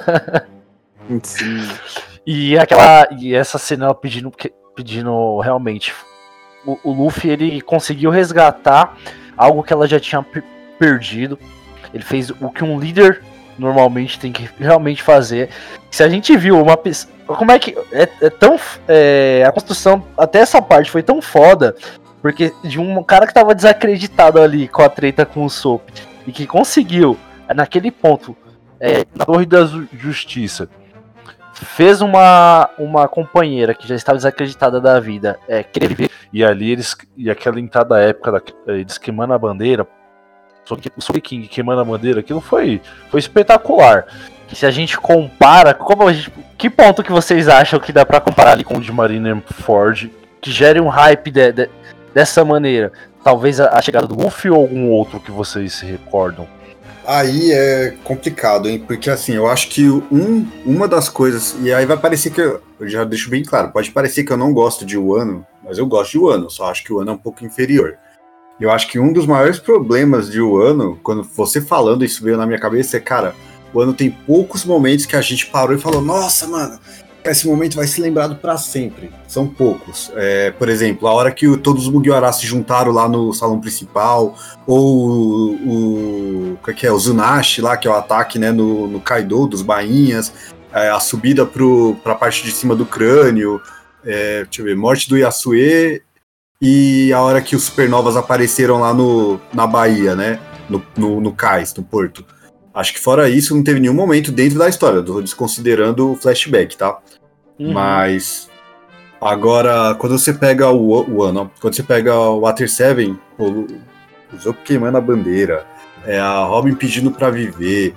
Sim. E essa cena ela pedindo realmente. O Luffy, ele conseguiu resgatar algo que ela já tinha perdido. Ele fez o que um líder normalmente tem que realmente fazer. Se a gente viu uma pessoa, como é que a construção até essa parte foi tão foda, porque de um cara que tava desacreditado ali com a treta com o Soap e que conseguiu naquele ponto na Torre da Justiça, fez uma companheira que já estava desacreditada da vida querer viver. E ali aquela entrada épica eles queimando a bandeira, o Sogeking queimando a bandeira, aquilo foi espetacular. Se a gente compara, que ponto que vocês acham que dá pra comparar ali com o de Marineford, que gere um hype dessa maneira? Talvez a chegada do Luffy ou algum outro que vocês se recordam? Aí é complicado, hein? Porque assim, eu acho que uma das coisas, e aí vai parecer que eu já deixo bem claro, pode parecer que eu não gosto de Wano, mas eu gosto de Wano, só acho que o Wano é um pouco inferior. Eu acho que um dos maiores problemas de Wano, quando você falando isso veio na minha cabeça, é, cara, o Wano tem poucos momentos que a gente parou e falou, nossa, mano, esse momento vai ser lembrado pra sempre. São poucos. Por exemplo, a hora que todos os Mugiwara se juntaram lá no salão principal, ou o Zunashi lá, que é o ataque, né, no Kaido, dos bainhas, a subida pra parte de cima do crânio, deixa eu ver, morte do Yasue, e a hora que os supernovas apareceram lá na Bahia, né, no cais, no porto. Acho que fora isso, não teve nenhum momento dentro da história, desconsiderando o flashback, tá? Uhum. Mas agora, quando você pega quando você pega o Water 7, o Zop queimando a bandeira, a Robin pedindo pra viver,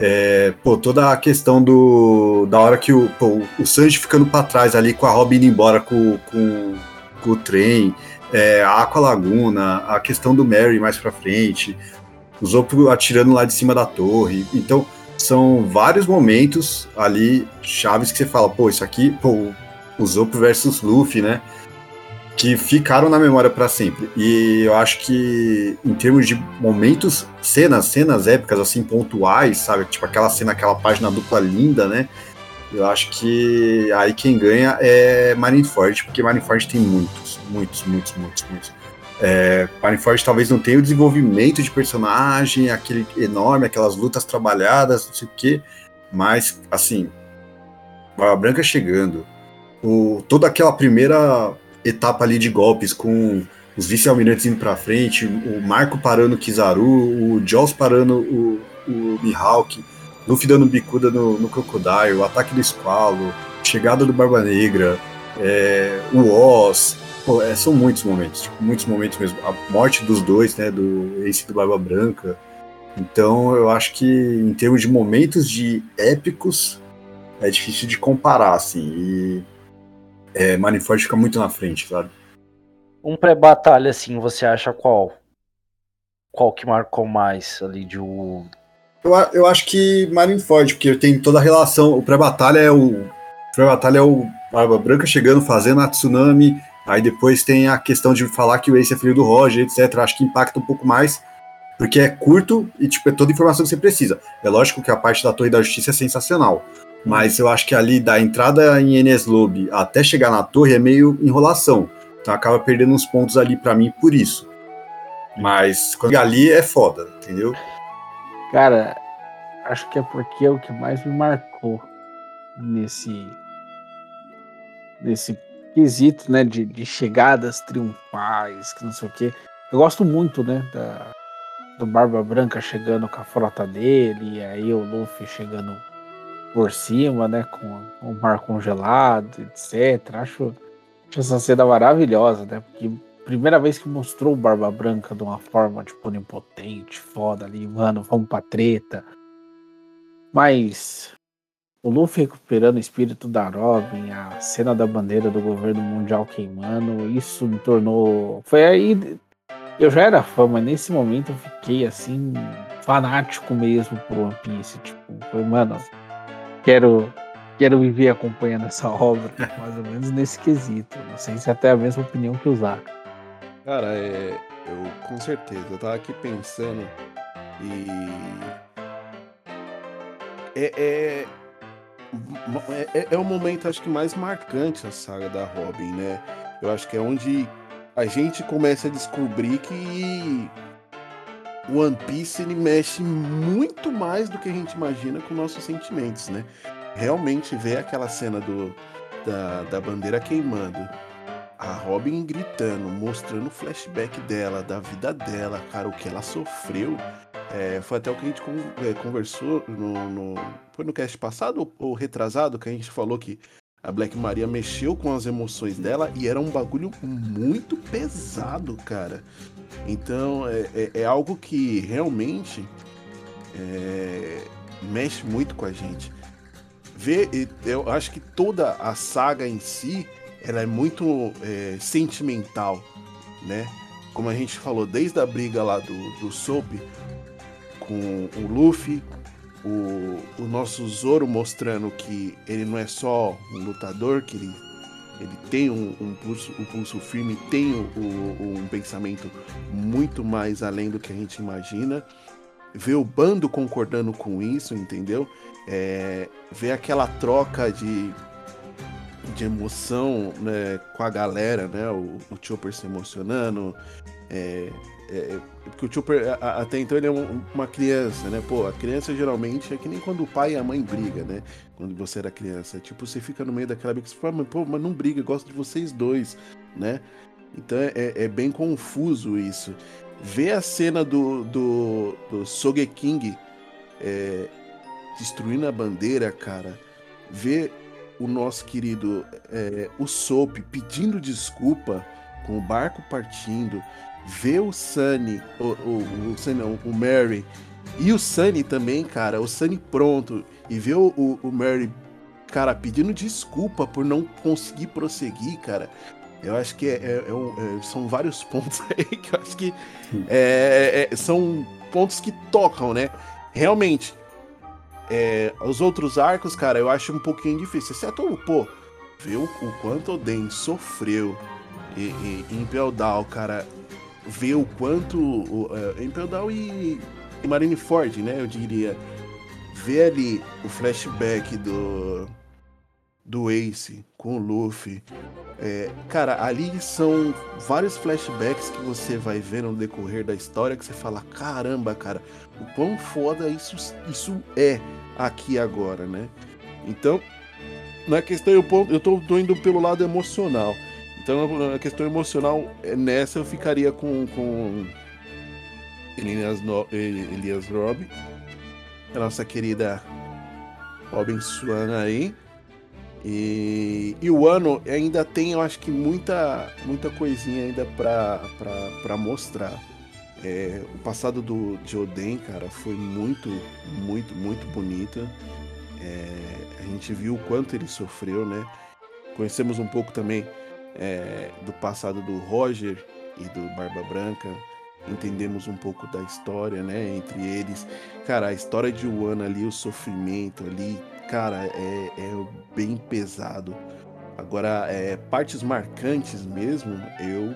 Toda a questão da hora que o Sanji ficando pra trás ali, com a Robin indo embora com o trem, a Aqua Laguna, a questão do Merry mais pra frente, o Zoppo atirando lá de cima da torre. Então, são vários momentos ali, chaves, que você fala, isso aqui, o Zoppo versus Luffy, né? Que ficaram na memória para sempre. E eu acho que, em termos de momentos, cenas épicas, assim, pontuais, sabe? Tipo aquela página dupla linda, né? Eu acho que aí quem ganha é Marineford, porque Marineford tem muitos. Marineford talvez não tenha o desenvolvimento de personagem, aquele enorme, aquelas lutas trabalhadas, não sei o quê, mas, assim, Barba Branca chegando, toda aquela primeira etapa ali de golpes, com os vice-almirantes indo pra frente, o Marco parando o Kizaru, o Jaws parando o Mihawk, Luffy dando bicuda no Crocodile, o ataque do Squalo, chegada do Barba Negra, o Oz. São muitos momentos mesmo. A morte dos dois, né, do Ace e do Barba Branca. Então eu acho que, em termos de momentos de épicos, é difícil de comparar, assim. E Marineford fica muito na frente, sabe? Um pré-batalha, assim, você acha qual? Qual que marcou mais ali de o... Eu acho que Marineford, porque tem toda a relação. O pré-batalha é o Barba Branca chegando, fazendo a tsunami. Aí depois tem a questão de falar que o Ace é filho do Roger, etc. Acho que impacta um pouco mais, porque é curto e é toda a informação que você precisa. É lógico que a parte da Torre da Justiça é sensacional, mas eu acho que ali da entrada em Enies Lobby até chegar na torre é meio enrolação. Então acaba perdendo uns pontos ali pra mim por isso. Mas quando ali é foda, entendeu? Cara, acho que é porque é o que mais me marcou nesse quesito, né, de chegadas triunfais, que não sei o quê. Eu gosto muito, né, do Barba Branca chegando com a frota dele, e aí o Luffy chegando por cima, né, com o mar congelado, etc. Acho essa cena maravilhosa, né, porque primeira vez que mostrou o Barba Branca de uma forma, tipo, onipotente, foda ali, mano, vamos pra treta. Mas o Luffy recuperando o espírito da Robin, a cena da bandeira do governo mundial queimando, isso me tornou... Foi aí... Eu já era fã, mas nesse momento eu fiquei, assim, fanático mesmo por One Piece. Tipo, foi, mano, quero viver acompanhando essa obra, mais ou menos nesse quesito. Não sei se até a mesma opinião que o Zaca. Cara, eu com certeza, eu tava aqui pensando e é o momento, acho que mais marcante a saga da Robin, né? Eu acho que é onde a gente começa a descobrir que o One Piece, ele mexe muito mais do que a gente imagina com nossos sentimentos, né? Realmente ver aquela cena da bandeira queimando, a Robin gritando, mostrando o flashback dela, da vida dela, cara, o que ela sofreu. Foi até o que a gente conversou foi no cast passado ou retrasado, que a gente falou que a Black Maria mexeu com as emoções dela e era um bagulho muito pesado, cara. Então é algo que realmente mexe muito com a gente. Eu acho que toda a saga em si, ela é muito sentimental, né? Como a gente falou, desde a briga lá do Soap com o Luffy, o nosso Zoro mostrando que ele não é só um lutador, que ele tem um pulso firme, tem um pensamento muito mais além do que a gente imagina. Ver o bando concordando com isso, entendeu? Ver aquela troca de emoção, né, com a galera, né? O Chopper se emocionando. Porque o Chopper, até então, ele é uma criança, né? Pô, a criança geralmente é que nem quando o pai e a mãe brigam, né? Quando você era criança. Tipo, você fica no meio daquela briga e você fala, mas não briga, eu gosto de vocês dois, né? Então é bem confuso isso. Ver a cena do Sogeking destruindo a bandeira, cara. Ver o nosso querido o Soap pedindo desculpa com o barco partindo. Ver o Sunny, o Merry E o Sunny também, cara, o Sunny pronto. E ver o Mary, cara, pedindo desculpa por não conseguir prosseguir, cara. Eu acho que são vários pontos aí que eu acho que são pontos que tocam, né? Realmente, os outros arcos, cara, eu acho um pouquinho difícil. Exceto, pô, ver o quanto o Den sofreu em Impel Down, cara. Ver o quanto Impel Down e Marineford, né, eu diria. Ver ali o flashback do Ace com o Luffy. Cara, ali são vários flashbacks que você vai ver no decorrer da história que você fala, caramba, cara, o quão foda isso é aqui agora, né? Então, na questão, eu tô indo pelo lado emocional. Então, na questão emocional, nessa eu ficaria com Elias Robb, a nossa querida Robin Swan aí. E o ano ainda tem, eu acho que muita coisinha ainda pra mostrar. O passado de Oden, cara, foi muito, muito, muito bonita. A gente viu o quanto ele sofreu, né? Conhecemos um pouco também do passado do Roger e do Barba Branca. Entendemos um pouco da história, né, entre eles. Cara, a história de Wano ali, o sofrimento ali, cara, é bem pesado. Agora, partes marcantes mesmo, eu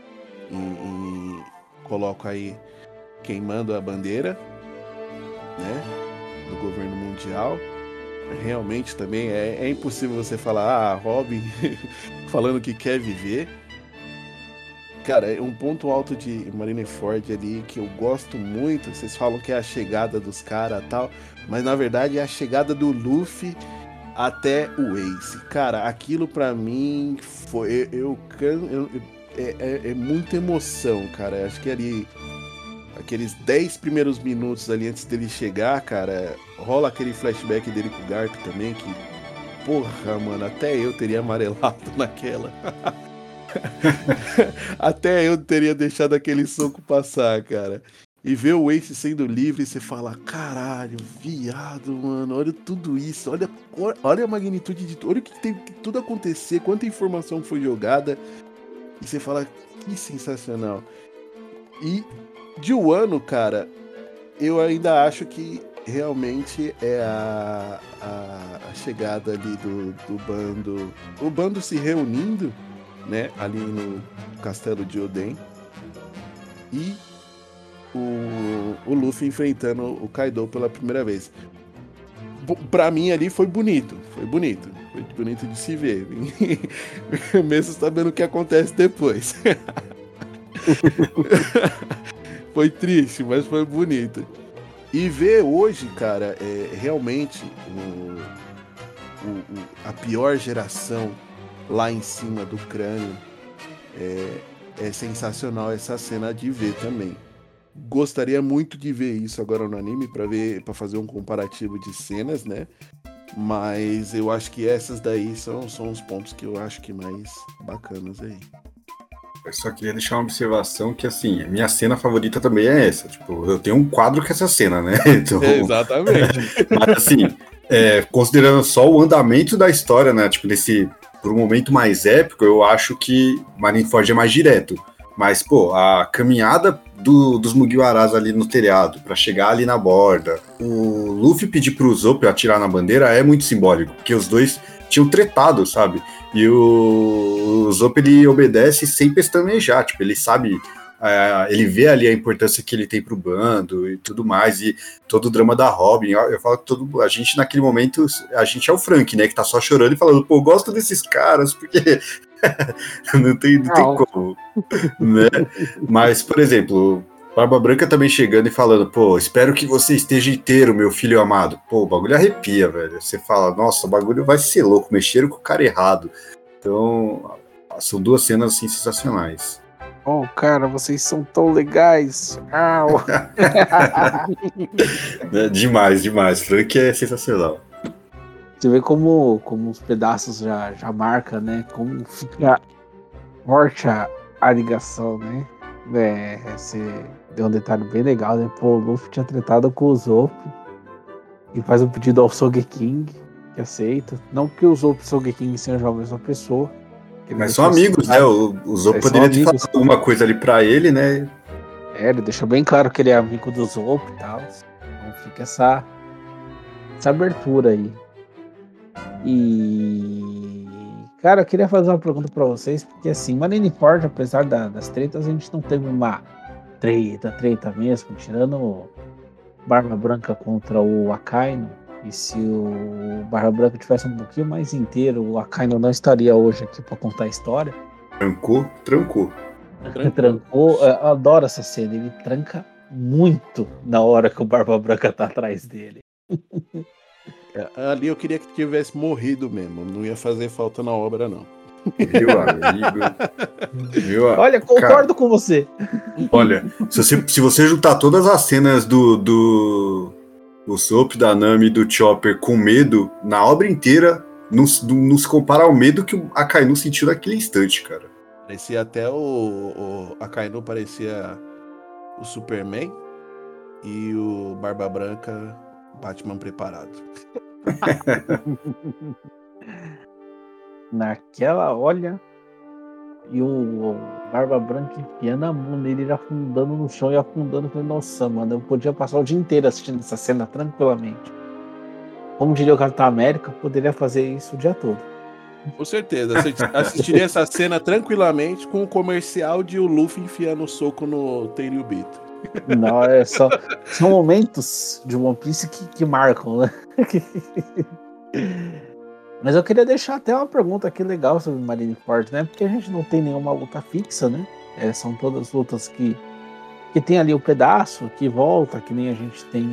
coloco aí queimando a bandeira, né, do governo mundial. Realmente também é impossível você falar, Robin falando que quer viver. Cara, um ponto alto de Marineford ali que eu gosto muito. Vocês falam que é a chegada dos caras e tal, mas na verdade é a chegada do Luffy até o Ace. Cara, aquilo pra mim foi. É muita emoção, cara. Acho que ali, aqueles 10 primeiros minutos ali antes dele chegar, cara, rola aquele flashback dele com o Garp também. Que, porra, mano, até eu teria amarelado naquela. Até eu teria deixado aquele soco passar, cara. E ver o Ace sendo livre, você fala, caralho, viado, mano, olha tudo isso, olha a magnitude de tudo, olha o que tem que tudo acontecer, quanta informação foi jogada. E você fala, que sensacional. E de Wano, cara, eu ainda acho que realmente é a chegada ali do bando. O bando se reunindo, né, ali no castelo de Oden, e o Luffy enfrentando o Kaido pela primeira vez. Pra mim ali foi bonito de se ver, mesmo sabendo o que acontece depois. Foi triste, mas foi bonito. E ver hoje, cara, realmente a pior geração lá em cima do crânio, é sensacional essa cena de ver também. Gostaria muito de ver isso agora no anime para fazer um comparativo de cenas, né? Mas eu acho que essas daí são os pontos que eu acho que mais bacanas aí. Eu só queria deixar uma observação que, assim, a minha cena favorita também é essa. Tipo, eu tenho um quadro com essa cena, né? Então, exatamente. Mas, assim, considerando só o andamento da história, né? Tipo, por um momento mais épico, eu acho que Marineford é mais direto. Mas, pô, a caminhada dos Mugiwaras ali no telhado, pra chegar ali na borda, o Luffy pedir pro Usopp atirar na bandeira é muito simbólico, porque os dois tinham tretado, sabe? E o Usopp, ele obedece sem pestanejar, tipo, ele sabe, ele vê ali a importância que ele tem pro bando e tudo mais, e todo o drama da Robin. Eu falo que a gente naquele momento, a gente é o Frank, né, que tá só chorando e falando, pô, eu gosto desses caras, porque não tem como, né? Mas, por exemplo, Barba Branca também chegando e falando, pô, espero que você esteja inteiro, meu filho amado. Pô, o bagulho arrepia, velho. Você fala, nossa, o bagulho vai ser louco, mexeram com o cara errado. Então, são duas cenas, assim, sensacionais. Oh, cara, vocês são tão legais. Demais. Frank é sensacional. Você vê como os pedaços já marcam, né? Como fica forte a ligação, né? Você Tem um detalhe bem legal, né? Pô, o Luffy tinha tretado com o Zop e faz um pedido ao Sogeking, que aceita. Não que o Zop e o Sogeking sejam a mesma pessoa. Mas são amigos, né? O Zop poderia ter falado alguma coisa ali pra ele, né? Ele deixou bem claro que ele é amigo do Zop e tal. Então fica essa abertura aí. E... Cara, eu queria fazer uma pergunta pra vocês, porque assim, Marineford, apesar das tretas, a gente não teve uma treta mesmo, tirando Barba Branca contra o Akainu. E se o Barba Branca tivesse um pouquinho mais inteiro, o Akainu não estaria hoje aqui pra contar a história. Trancou. Eu adoro essa cena, ele tranca muito na hora que o Barba Branca tá atrás dele. Ali eu queria que tivesse morrido mesmo, não ia fazer falta na obra, não. Meu amigo. Olha, concordo com você. Olha, se você juntar todas as cenas do Sop, da Nami e do Chopper com medo na obra inteira, não se compara ao medo que o Akainu sentiu naquele instante, cara. Parecia até o Akainu parecia o Superman e o Barba Branca Batman preparado. Naquela, olha, e o Barba Branca enfiando a mão nele, ele afundando no chão e afundando. Eu falei, nossa, mano, eu podia passar o dia inteiro assistindo essa cena tranquilamente. Como diria o Capitão América, eu poderia fazer isso o dia todo. Com certeza, você assistiria essa cena tranquilamente com o comercial de o Luffy enfiando o soco no Tenryubito. Não, são momentos de One Piece que marcam, né? Mas eu queria deixar até uma pergunta aqui legal sobre Marineford, né? Porque a gente não tem nenhuma luta fixa, né? São todas lutas que tem ali o pedaço, que volta, que nem a gente tem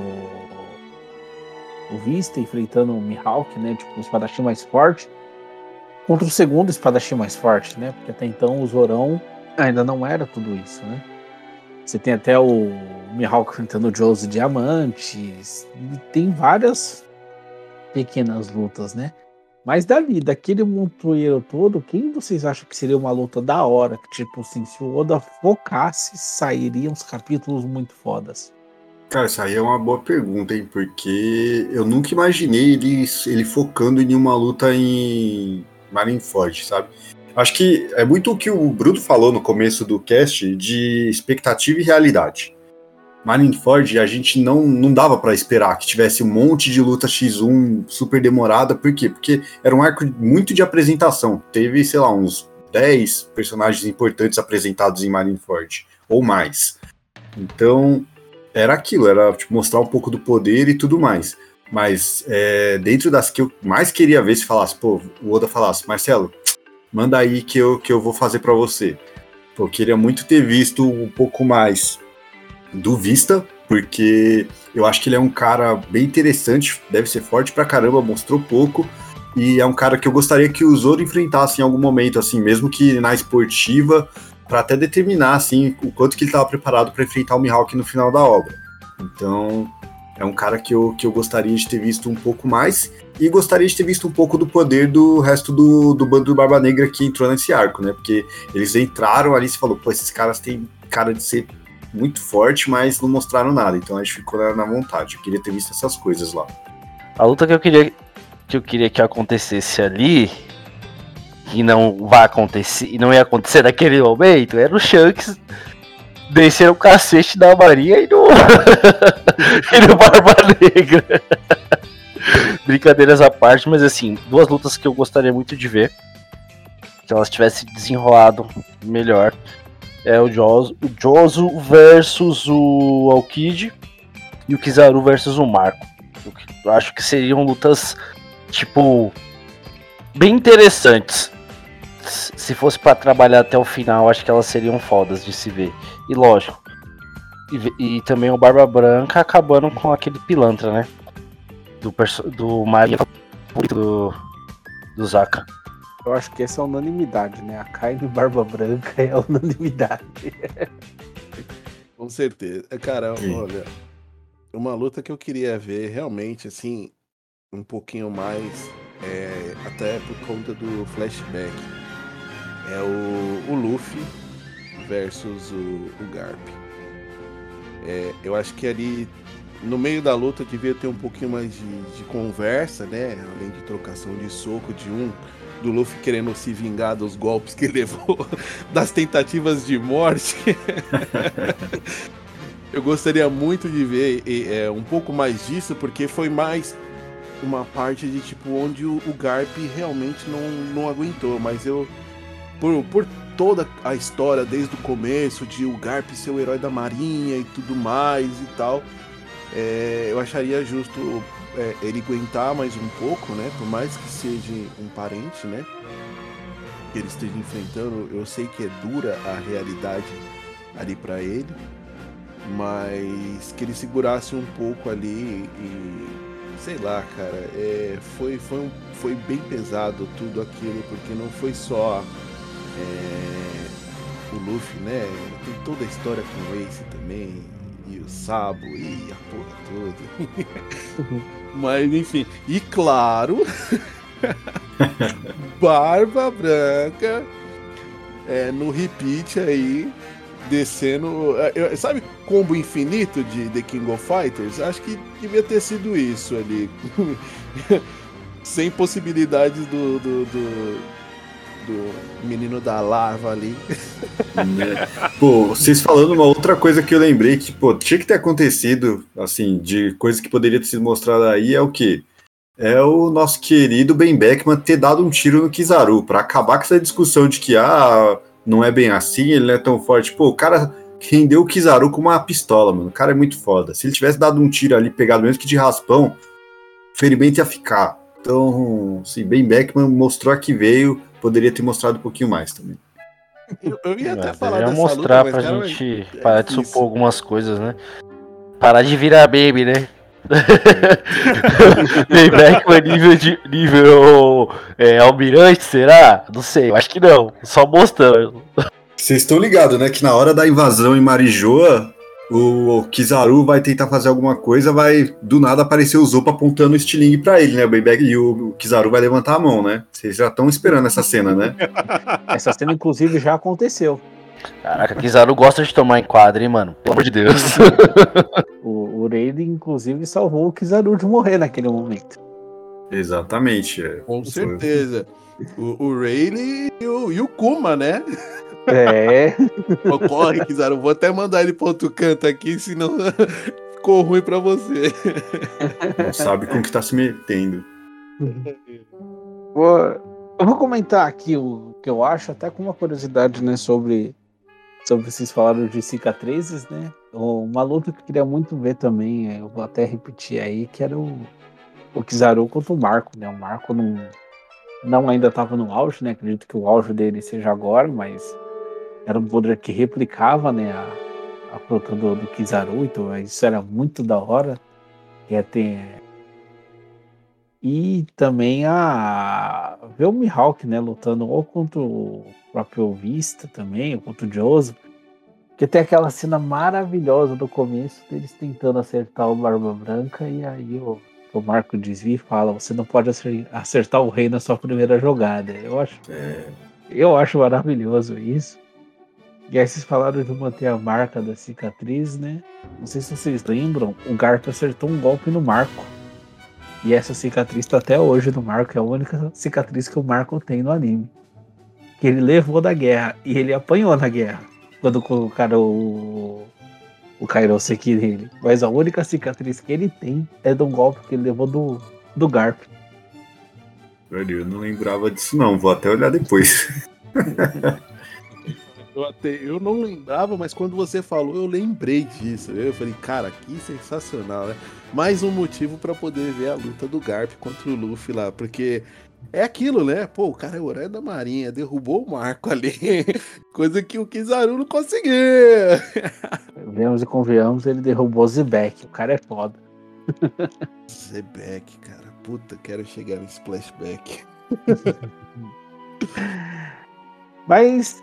o Vista enfrentando o Mihawk, né? Tipo, o espadachim mais forte contra o segundo espadachim mais forte, né? Porque até então o Zorão ainda não era tudo isso, né? Você tem até o Mihawk enfrentando o Josie Diamantes, e tem várias pequenas lutas, né? Mas daquele montoeiro todo, quem vocês acham que seria uma luta da hora? Que tipo assim, se o Oda focasse, sairiam uns capítulos muito fodas. Cara, essa aí é uma boa pergunta, hein? Porque eu nunca imaginei ele focando em uma luta em Marineford, sabe? Acho que é muito o que o Bruno falou no começo do cast de expectativa e realidade. Marineford, a gente não dava pra esperar que tivesse um monte de luta X1 super demorada. Por quê? Porque era um arco muito de apresentação. Teve, sei lá, uns 10 personagens importantes apresentados em Marineford, ou mais. Então, era aquilo, era tipo, mostrar um pouco do poder e tudo mais. Mas dentro das que eu mais queria ver, se falasse, pô, o Oda falasse, Marcelo, manda aí que eu vou fazer pra você. Pô, eu queria muito ter visto um pouco mais do Vista, porque eu acho que ele é um cara bem interessante, deve ser forte pra caramba, mostrou pouco, e é um cara que eu gostaria que o Zoro enfrentasse em algum momento, assim, mesmo que na esportiva, pra até determinar, assim, o quanto que ele estava preparado para enfrentar o Mihawk no final da obra. Então, é um cara que eu gostaria de ter visto um pouco mais, e gostaria de ter visto um pouco do poder do resto do bando do Barba Negra que entrou nesse arco, né? Porque eles entraram ali e se falou, pô, esses caras têm cara de ser muito forte, mas não mostraram nada. Então a gente ficou na vontade. Eu queria ter visto essas coisas lá. A luta que eu queria que acontecesse ali, e não ia acontecer naquele momento, era o Shanks descer o cacete da Marinha e no Barba Negra. Brincadeiras à parte, mas assim, duas lutas que eu gostaria muito de ver, se elas tivessem desenrolado melhor, é o Jozo versus o Aokiji e o Kizaru versus o Marco. Eu acho que seriam lutas, tipo, bem interessantes. Se fosse pra trabalhar até o final, acho que elas seriam fodas de se ver. E lógico, e também o Barba Branca acabando com aquele pilantra, né? Do Maria do Zaka. Eu acho que essa é a unanimidade, né? A Akainu e Barba Branca é a unanimidade. Com certeza. Cara, olha, uma luta que eu queria ver realmente, assim, um pouquinho mais, até por conta do flashback, é o Luffy versus o Garp. Eu acho que ali no meio da luta devia ter um pouquinho mais de conversa, né? Além de trocação de soco do Luffy querendo se vingar dos golpes que ele levou, das tentativas de morte. Eu gostaria muito de ver um pouco mais disso, porque foi mais uma parte de tipo onde o Garp realmente não aguentou, mas por toda a história desde o começo de o Garp ser o herói da marinha e tudo mais e tal, eu acharia justo ele aguentar mais um pouco, né? Por mais que seja um parente, né? Que ele esteja enfrentando, eu sei que é dura a realidade ali pra ele, mas que ele segurasse um pouco ali e sei lá, cara, foi bem pesado tudo aquilo, porque não foi só o Luffy, né? Tem toda a história com o Ace também, e o Sabo, e a porra toda. Mas enfim, e claro, Barba Branca no repeat aí, descendo. Sabe combo infinito de The King of Fighters? Acho que devia ter sido isso ali. Sem possibilidades do menino da lava ali. Pô, vocês falando uma outra coisa que eu lembrei que, pô, tinha que ter acontecido, assim, de coisa que poderia ter sido mostrada aí, é o quê? É o nosso querido Ben Beckman ter dado um tiro no Kizaru, pra acabar com essa discussão de que, não é bem assim, ele não é tão forte. Pô, o cara rendeu o Kizaru com uma pistola, mano. O cara é muito foda. Se ele tivesse dado um tiro ali, pegado mesmo que de raspão, o ferimento ia ficar. Então, assim, Ben Beckman mostrou a que veio, poderia ter mostrado um pouquinho mais também. Eu ia até falar dessa luta, mostrar mas, pra cara, gente parar de supor algumas coisas, né? Parar de virar baby, né? Ben Beckman nível almirante, será? Não sei, eu acho que não. Só mostrando. Vocês estão ligados, né? Que na hora da invasão em Marijoa, o Kizaru vai tentar fazer alguma coisa, vai do nada aparecer o Zoppo apontando o estilingue pra ele, né? O Bayback e o Kizaru vai levantar a mão, né? Vocês já estão esperando essa cena, né? Essa cena, inclusive, já aconteceu. Caraca, Kizaru gosta de tomar enquadro, hein, mano? Pelo amor de Deus. O Raiden, inclusive, salvou o Kizaru de morrer naquele momento. Exatamente. Com certeza. O Rayleigh e o Kuma, né? Corre, Kizaru. Vou até mandar ele pro outro canto aqui, senão ficou ruim pra você. Não sabe com o que tá se metendo. Eu vou comentar aqui o que eu acho, até com uma curiosidade, né, sobre vocês falaram de cicatrizes, né? Uma luta que eu queria muito ver também, eu vou até repetir aí, que era o Kizaru contra o Marco, né? O Marco não ainda estava no auge, né? Acredito que o auge dele seja agora, mas era um poder que replicava, né, a fruta do Kizaru, então isso era muito da hora. E também ver o Mihawk, né, lutando ou contra o próprio Vista também, ou contra o Jozo, porque tem aquela cena maravilhosa do começo deles tentando acertar o Barba Branca, e aí o Marco desvia e fala: você não pode acertar o rei na sua primeira jogada. Eu acho maravilhoso isso. E aí vocês falaram de manter a marca da cicatriz, né? Não sei se vocês lembram, o Garp acertou um golpe no Marco. E essa cicatriz tá até hoje no Marco, é a única cicatriz que o Marco tem no anime. Que ele levou da guerra, e ele apanhou na guerra, quando colocaram o Kairoseki nele. Mas a única cicatriz que ele tem é de um golpe que ele levou do Garp. Velho, eu não lembrava disso não, vou até olhar depois. Eu não lembrava, mas quando você falou, eu lembrei disso. Eu falei, cara, que sensacional, né? Mais um motivo pra poder ver a luta do Garp contra o Luffy lá, porque é aquilo, né? Pô, o cara é o herói da marinha, derrubou o Marco ali, coisa que o Kizaru não conseguiu. Vemos e convenhamos, ele derrubou o Zebek, o cara é foda. Zebek, cara, puta, quero chegar nesse flashback. Mas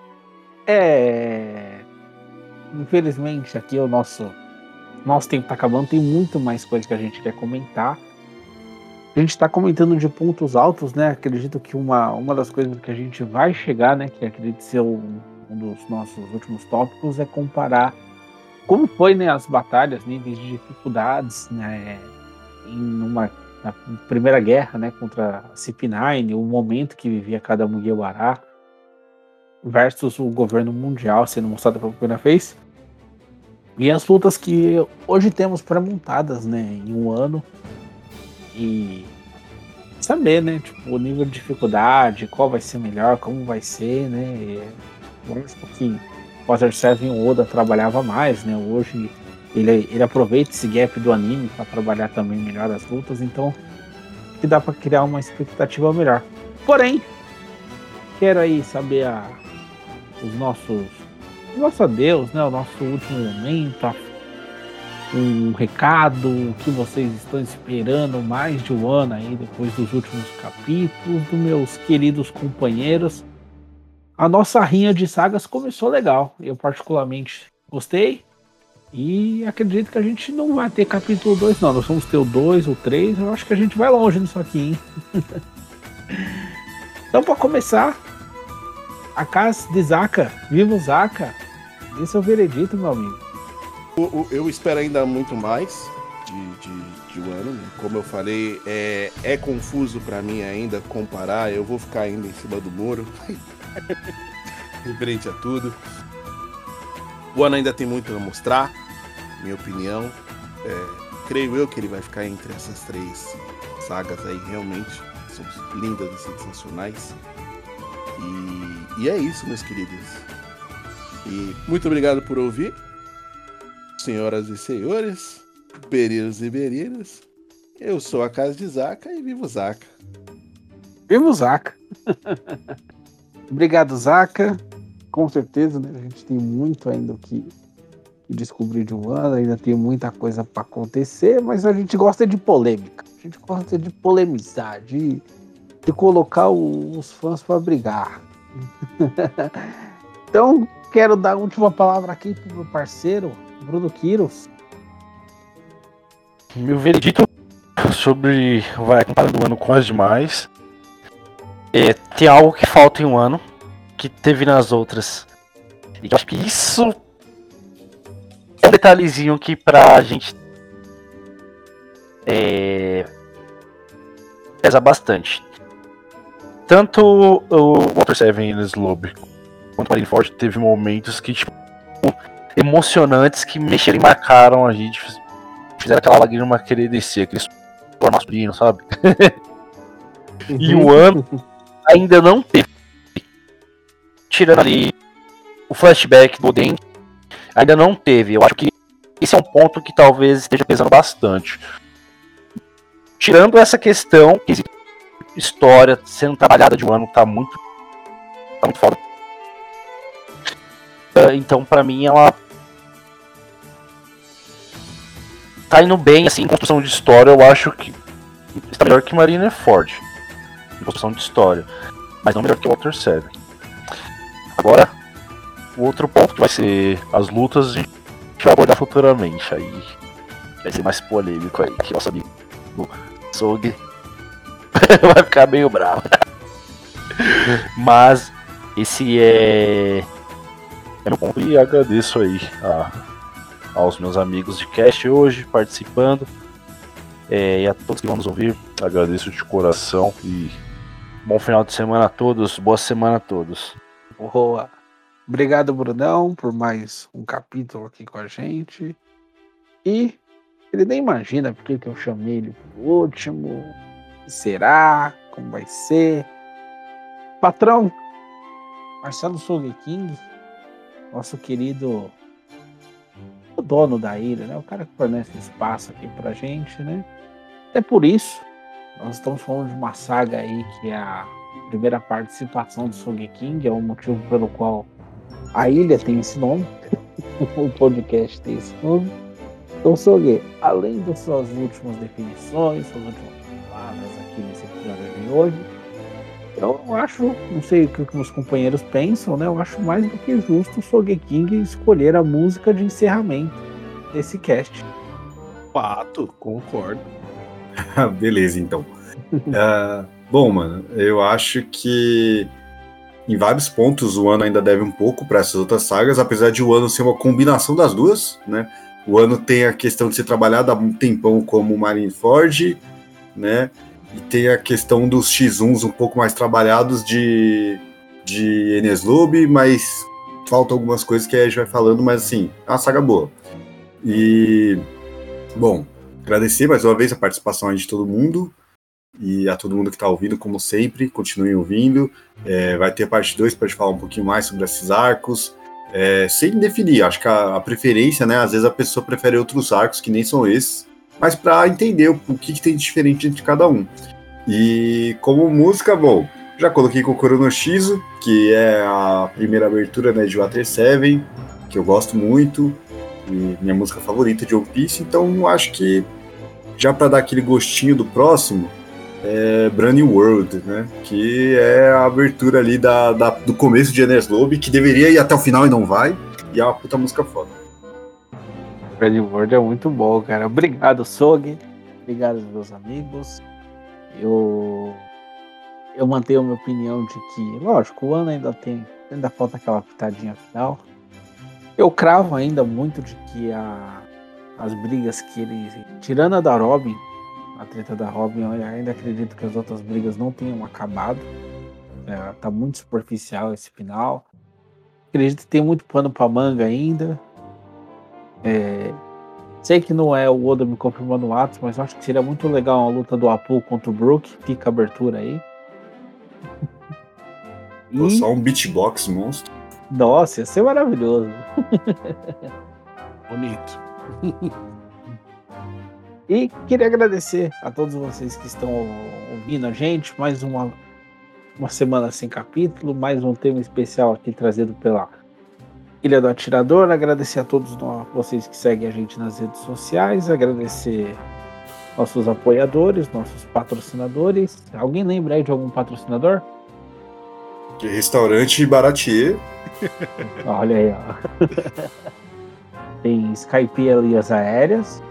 infelizmente aqui o nosso tempo tá acabando, tem muito mais coisa que a gente quer comentar. A gente tá comentando de pontos altos, né? Acredito que uma das coisas que a gente vai chegar, né, que acredito ser um dos nossos últimos tópicos, é comparar como foi, né, as batalhas, níveis de dificuldades, né, na Primeira Guerra, né, contra a CP9, o momento que vivia cada Mugiwara versus o governo mundial sendo mostrado pela primeira vez. E as lutas que hoje temos pré-montadas, né, em um ano. E saber, né, tipo, o nível de dificuldade, qual vai ser melhor, como vai ser, né. Lógico que o Water 7 o Oda trabalhava mais, né, hoje ele aproveita esse gap do anime para trabalhar também melhor as lutas, então que dá para criar uma expectativa melhor. Porém, quero aí saber os nossos nosso adeus, né, o nosso último momento, um recado, o que vocês estão esperando mais de um ano aí, depois dos últimos capítulos, dos meus queridos companheiros. A nossa rinha de sagas começou legal, eu particularmente gostei, e acredito que a gente não vai ter capítulo 2 não, nós vamos ter o 2, o 3, eu acho que a gente vai longe nisso aqui, hein? Então, para começar, a casa de Zaka, viva o Zaka, dê seu veredito, meu amigo. Eu espero ainda muito mais de Wano, né? Como eu falei, é confuso pra mim ainda comparar, eu vou ficar ainda em cima do muro, referente a tudo. O Wano ainda tem muito a mostrar, minha opinião. Creio eu que ele vai ficar entre essas 3 sagas aí, realmente, são lindas e sensacionais. E é isso, meus queridos. E muito obrigado por ouvir. Senhoras e senhores, beriros e beriras, eu sou a Casa de Zaka e viva o Zaka. Viva o Zaka. Obrigado, Zaka. Com certeza, né? A gente tem muito ainda o que descobrir de Wano, ainda tem muita coisa para acontecer, mas a gente gosta de polêmica, a gente gosta de polemizar, de colocar os fãs para brigar. Então, quero dar a última palavra aqui pro meu parceiro, Bruno Quiros. Meu veredito sobre vai comparando o ano com as demais. Tem algo que falta em um ano que teve nas outras. E eu acho que isso é um detalhezinho que pra gente pesa bastante. Tanto o Water 7 e o Slope quanto o Marineford teve momentos que, tipo, emocionantes que mexeram e marcaram a gente, fizeram aquela lágrima querer descer, aquele suor masculino, sabe? E o ano ainda não teve. Tirando ali o flashback do Oden, ainda não teve. Eu acho que esse é um ponto que talvez esteja pesando bastante. Tirando essa questão, que história sendo trabalhada de um ano tá muito foda. Então, pra mim, ela tá indo bem, assim, em construção de história. Eu acho que está melhor que Marineford em construção de história, mas não melhor que Water 7. Agora, o outro ponto que vai ser as lutas, a gente vai abordar futuramente. Aí vai ser mais polêmico aí, que nosso amigo Sog vai ficar meio bravo. Mas esse é meu ponto, e agradeço aí aos meus amigos de cast hoje participando, e a todos que vão nos ouvir, agradeço de coração e bom final de semana a todos, boa semana a todos. Boa. Obrigado, Brunão, por mais um capítulo aqui com a gente. E ele nem imagina porque que eu chamei ele pro último. Será? Como vai ser? Patrão, Marcelo Sogeking, nosso querido o dono da ilha, né? O cara que fornece espaço aqui pra gente, né? Até por isso, nós estamos falando de uma saga aí que é a primeira participação do Sogeking, é o motivo pelo qual a ilha tem esse nome, o podcast tem esse nome. Então, Soge, além das suas últimas definições, suas últimas palavras aqui nesse episódio de hoje, eu acho, não sei o que os meus companheiros pensam, né? Eu acho mais do que justo o Sogeking escolher a música de encerramento desse cast. Fato, concordo. Beleza, então. Bom, mano, eu acho que em vários pontos o Wano ainda deve um pouco para essas outras sagas, apesar de o Wano ser uma combinação das duas, né? O Wano tem a questão de ser trabalhado há um tempão como Marineford, né? E tem a questão dos X1s um pouco mais trabalhados de Enies Lobby, mas faltam algumas coisas que a gente vai falando, mas assim, é uma saga boa. E, bom, agradecer mais uma vez a participação aí de todo mundo e a todo mundo que está ouvindo, como sempre, continuem ouvindo. Vai ter a parte 2 para a gente falar um pouquinho mais sobre esses arcos, sem definir, acho que a preferência, né, às vezes a pessoa prefere outros arcos que nem são esses, mas para entender o que tem de diferente entre cada um. E como música, bom, já coloquei Kokoro no Shizu, que é a primeira abertura, né, de Water 7, que eu gosto muito, e minha música favorita de One Piece, então acho que já para dar aquele gostinho do próximo, Brand New World, né, que é a abertura ali do começo de Enies Lobby, que deveria ir até o final e não vai, e é uma puta música foda. Brand New World é muito bom, cara. Obrigado, Sog. Obrigado, meus amigos. Eu mantenho a minha opinião de que, lógico, o ano ainda falta aquela pitadinha final. Eu cravo ainda muito de que as brigas que ele, tirando a da Robin, a treta da Robin, eu ainda acredito que as outras brigas não tenham acabado. Tá muito superficial esse final. Acredito que tem muito pano pra manga ainda. Sei que não é o Oda me confirmando o Atos, mas eu acho que seria muito legal uma luta do Apu contra o Brook. Fica a abertura aí. Só um beatbox monstro. Nossa, ia ser maravilhoso. Bonito. E queria agradecer a todos vocês que estão ouvindo a gente. Mais uma semana sem capítulo, mais um tema especial aqui trazido pela Ilha do Atirador. Agradecer a todos vocês que seguem a gente nas redes sociais. Agradecer nossos apoiadores, nossos patrocinadores. Alguém lembra aí de algum patrocinador? Restaurante Baratier. Olha aí, ó. Tem Skype e Linhas Aéreas.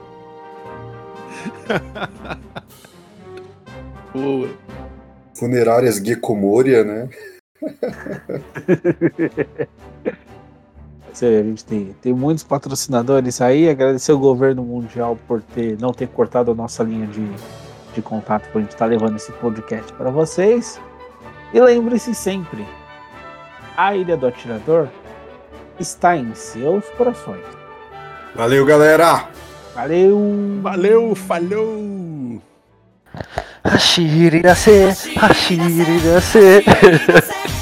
Boa. Funerárias Gekomoria, né? A gente tem muitos patrocinadores aí. Agradecer o governo mundial por não ter cortado a nossa linha de contato para a gente estar levando esse podcast para vocês. E lembre-se sempre, a Ilha do Atirador está em seus corações. Valeu, galera! Valeu, falhou! Hashiri-dase, hashiri-dase.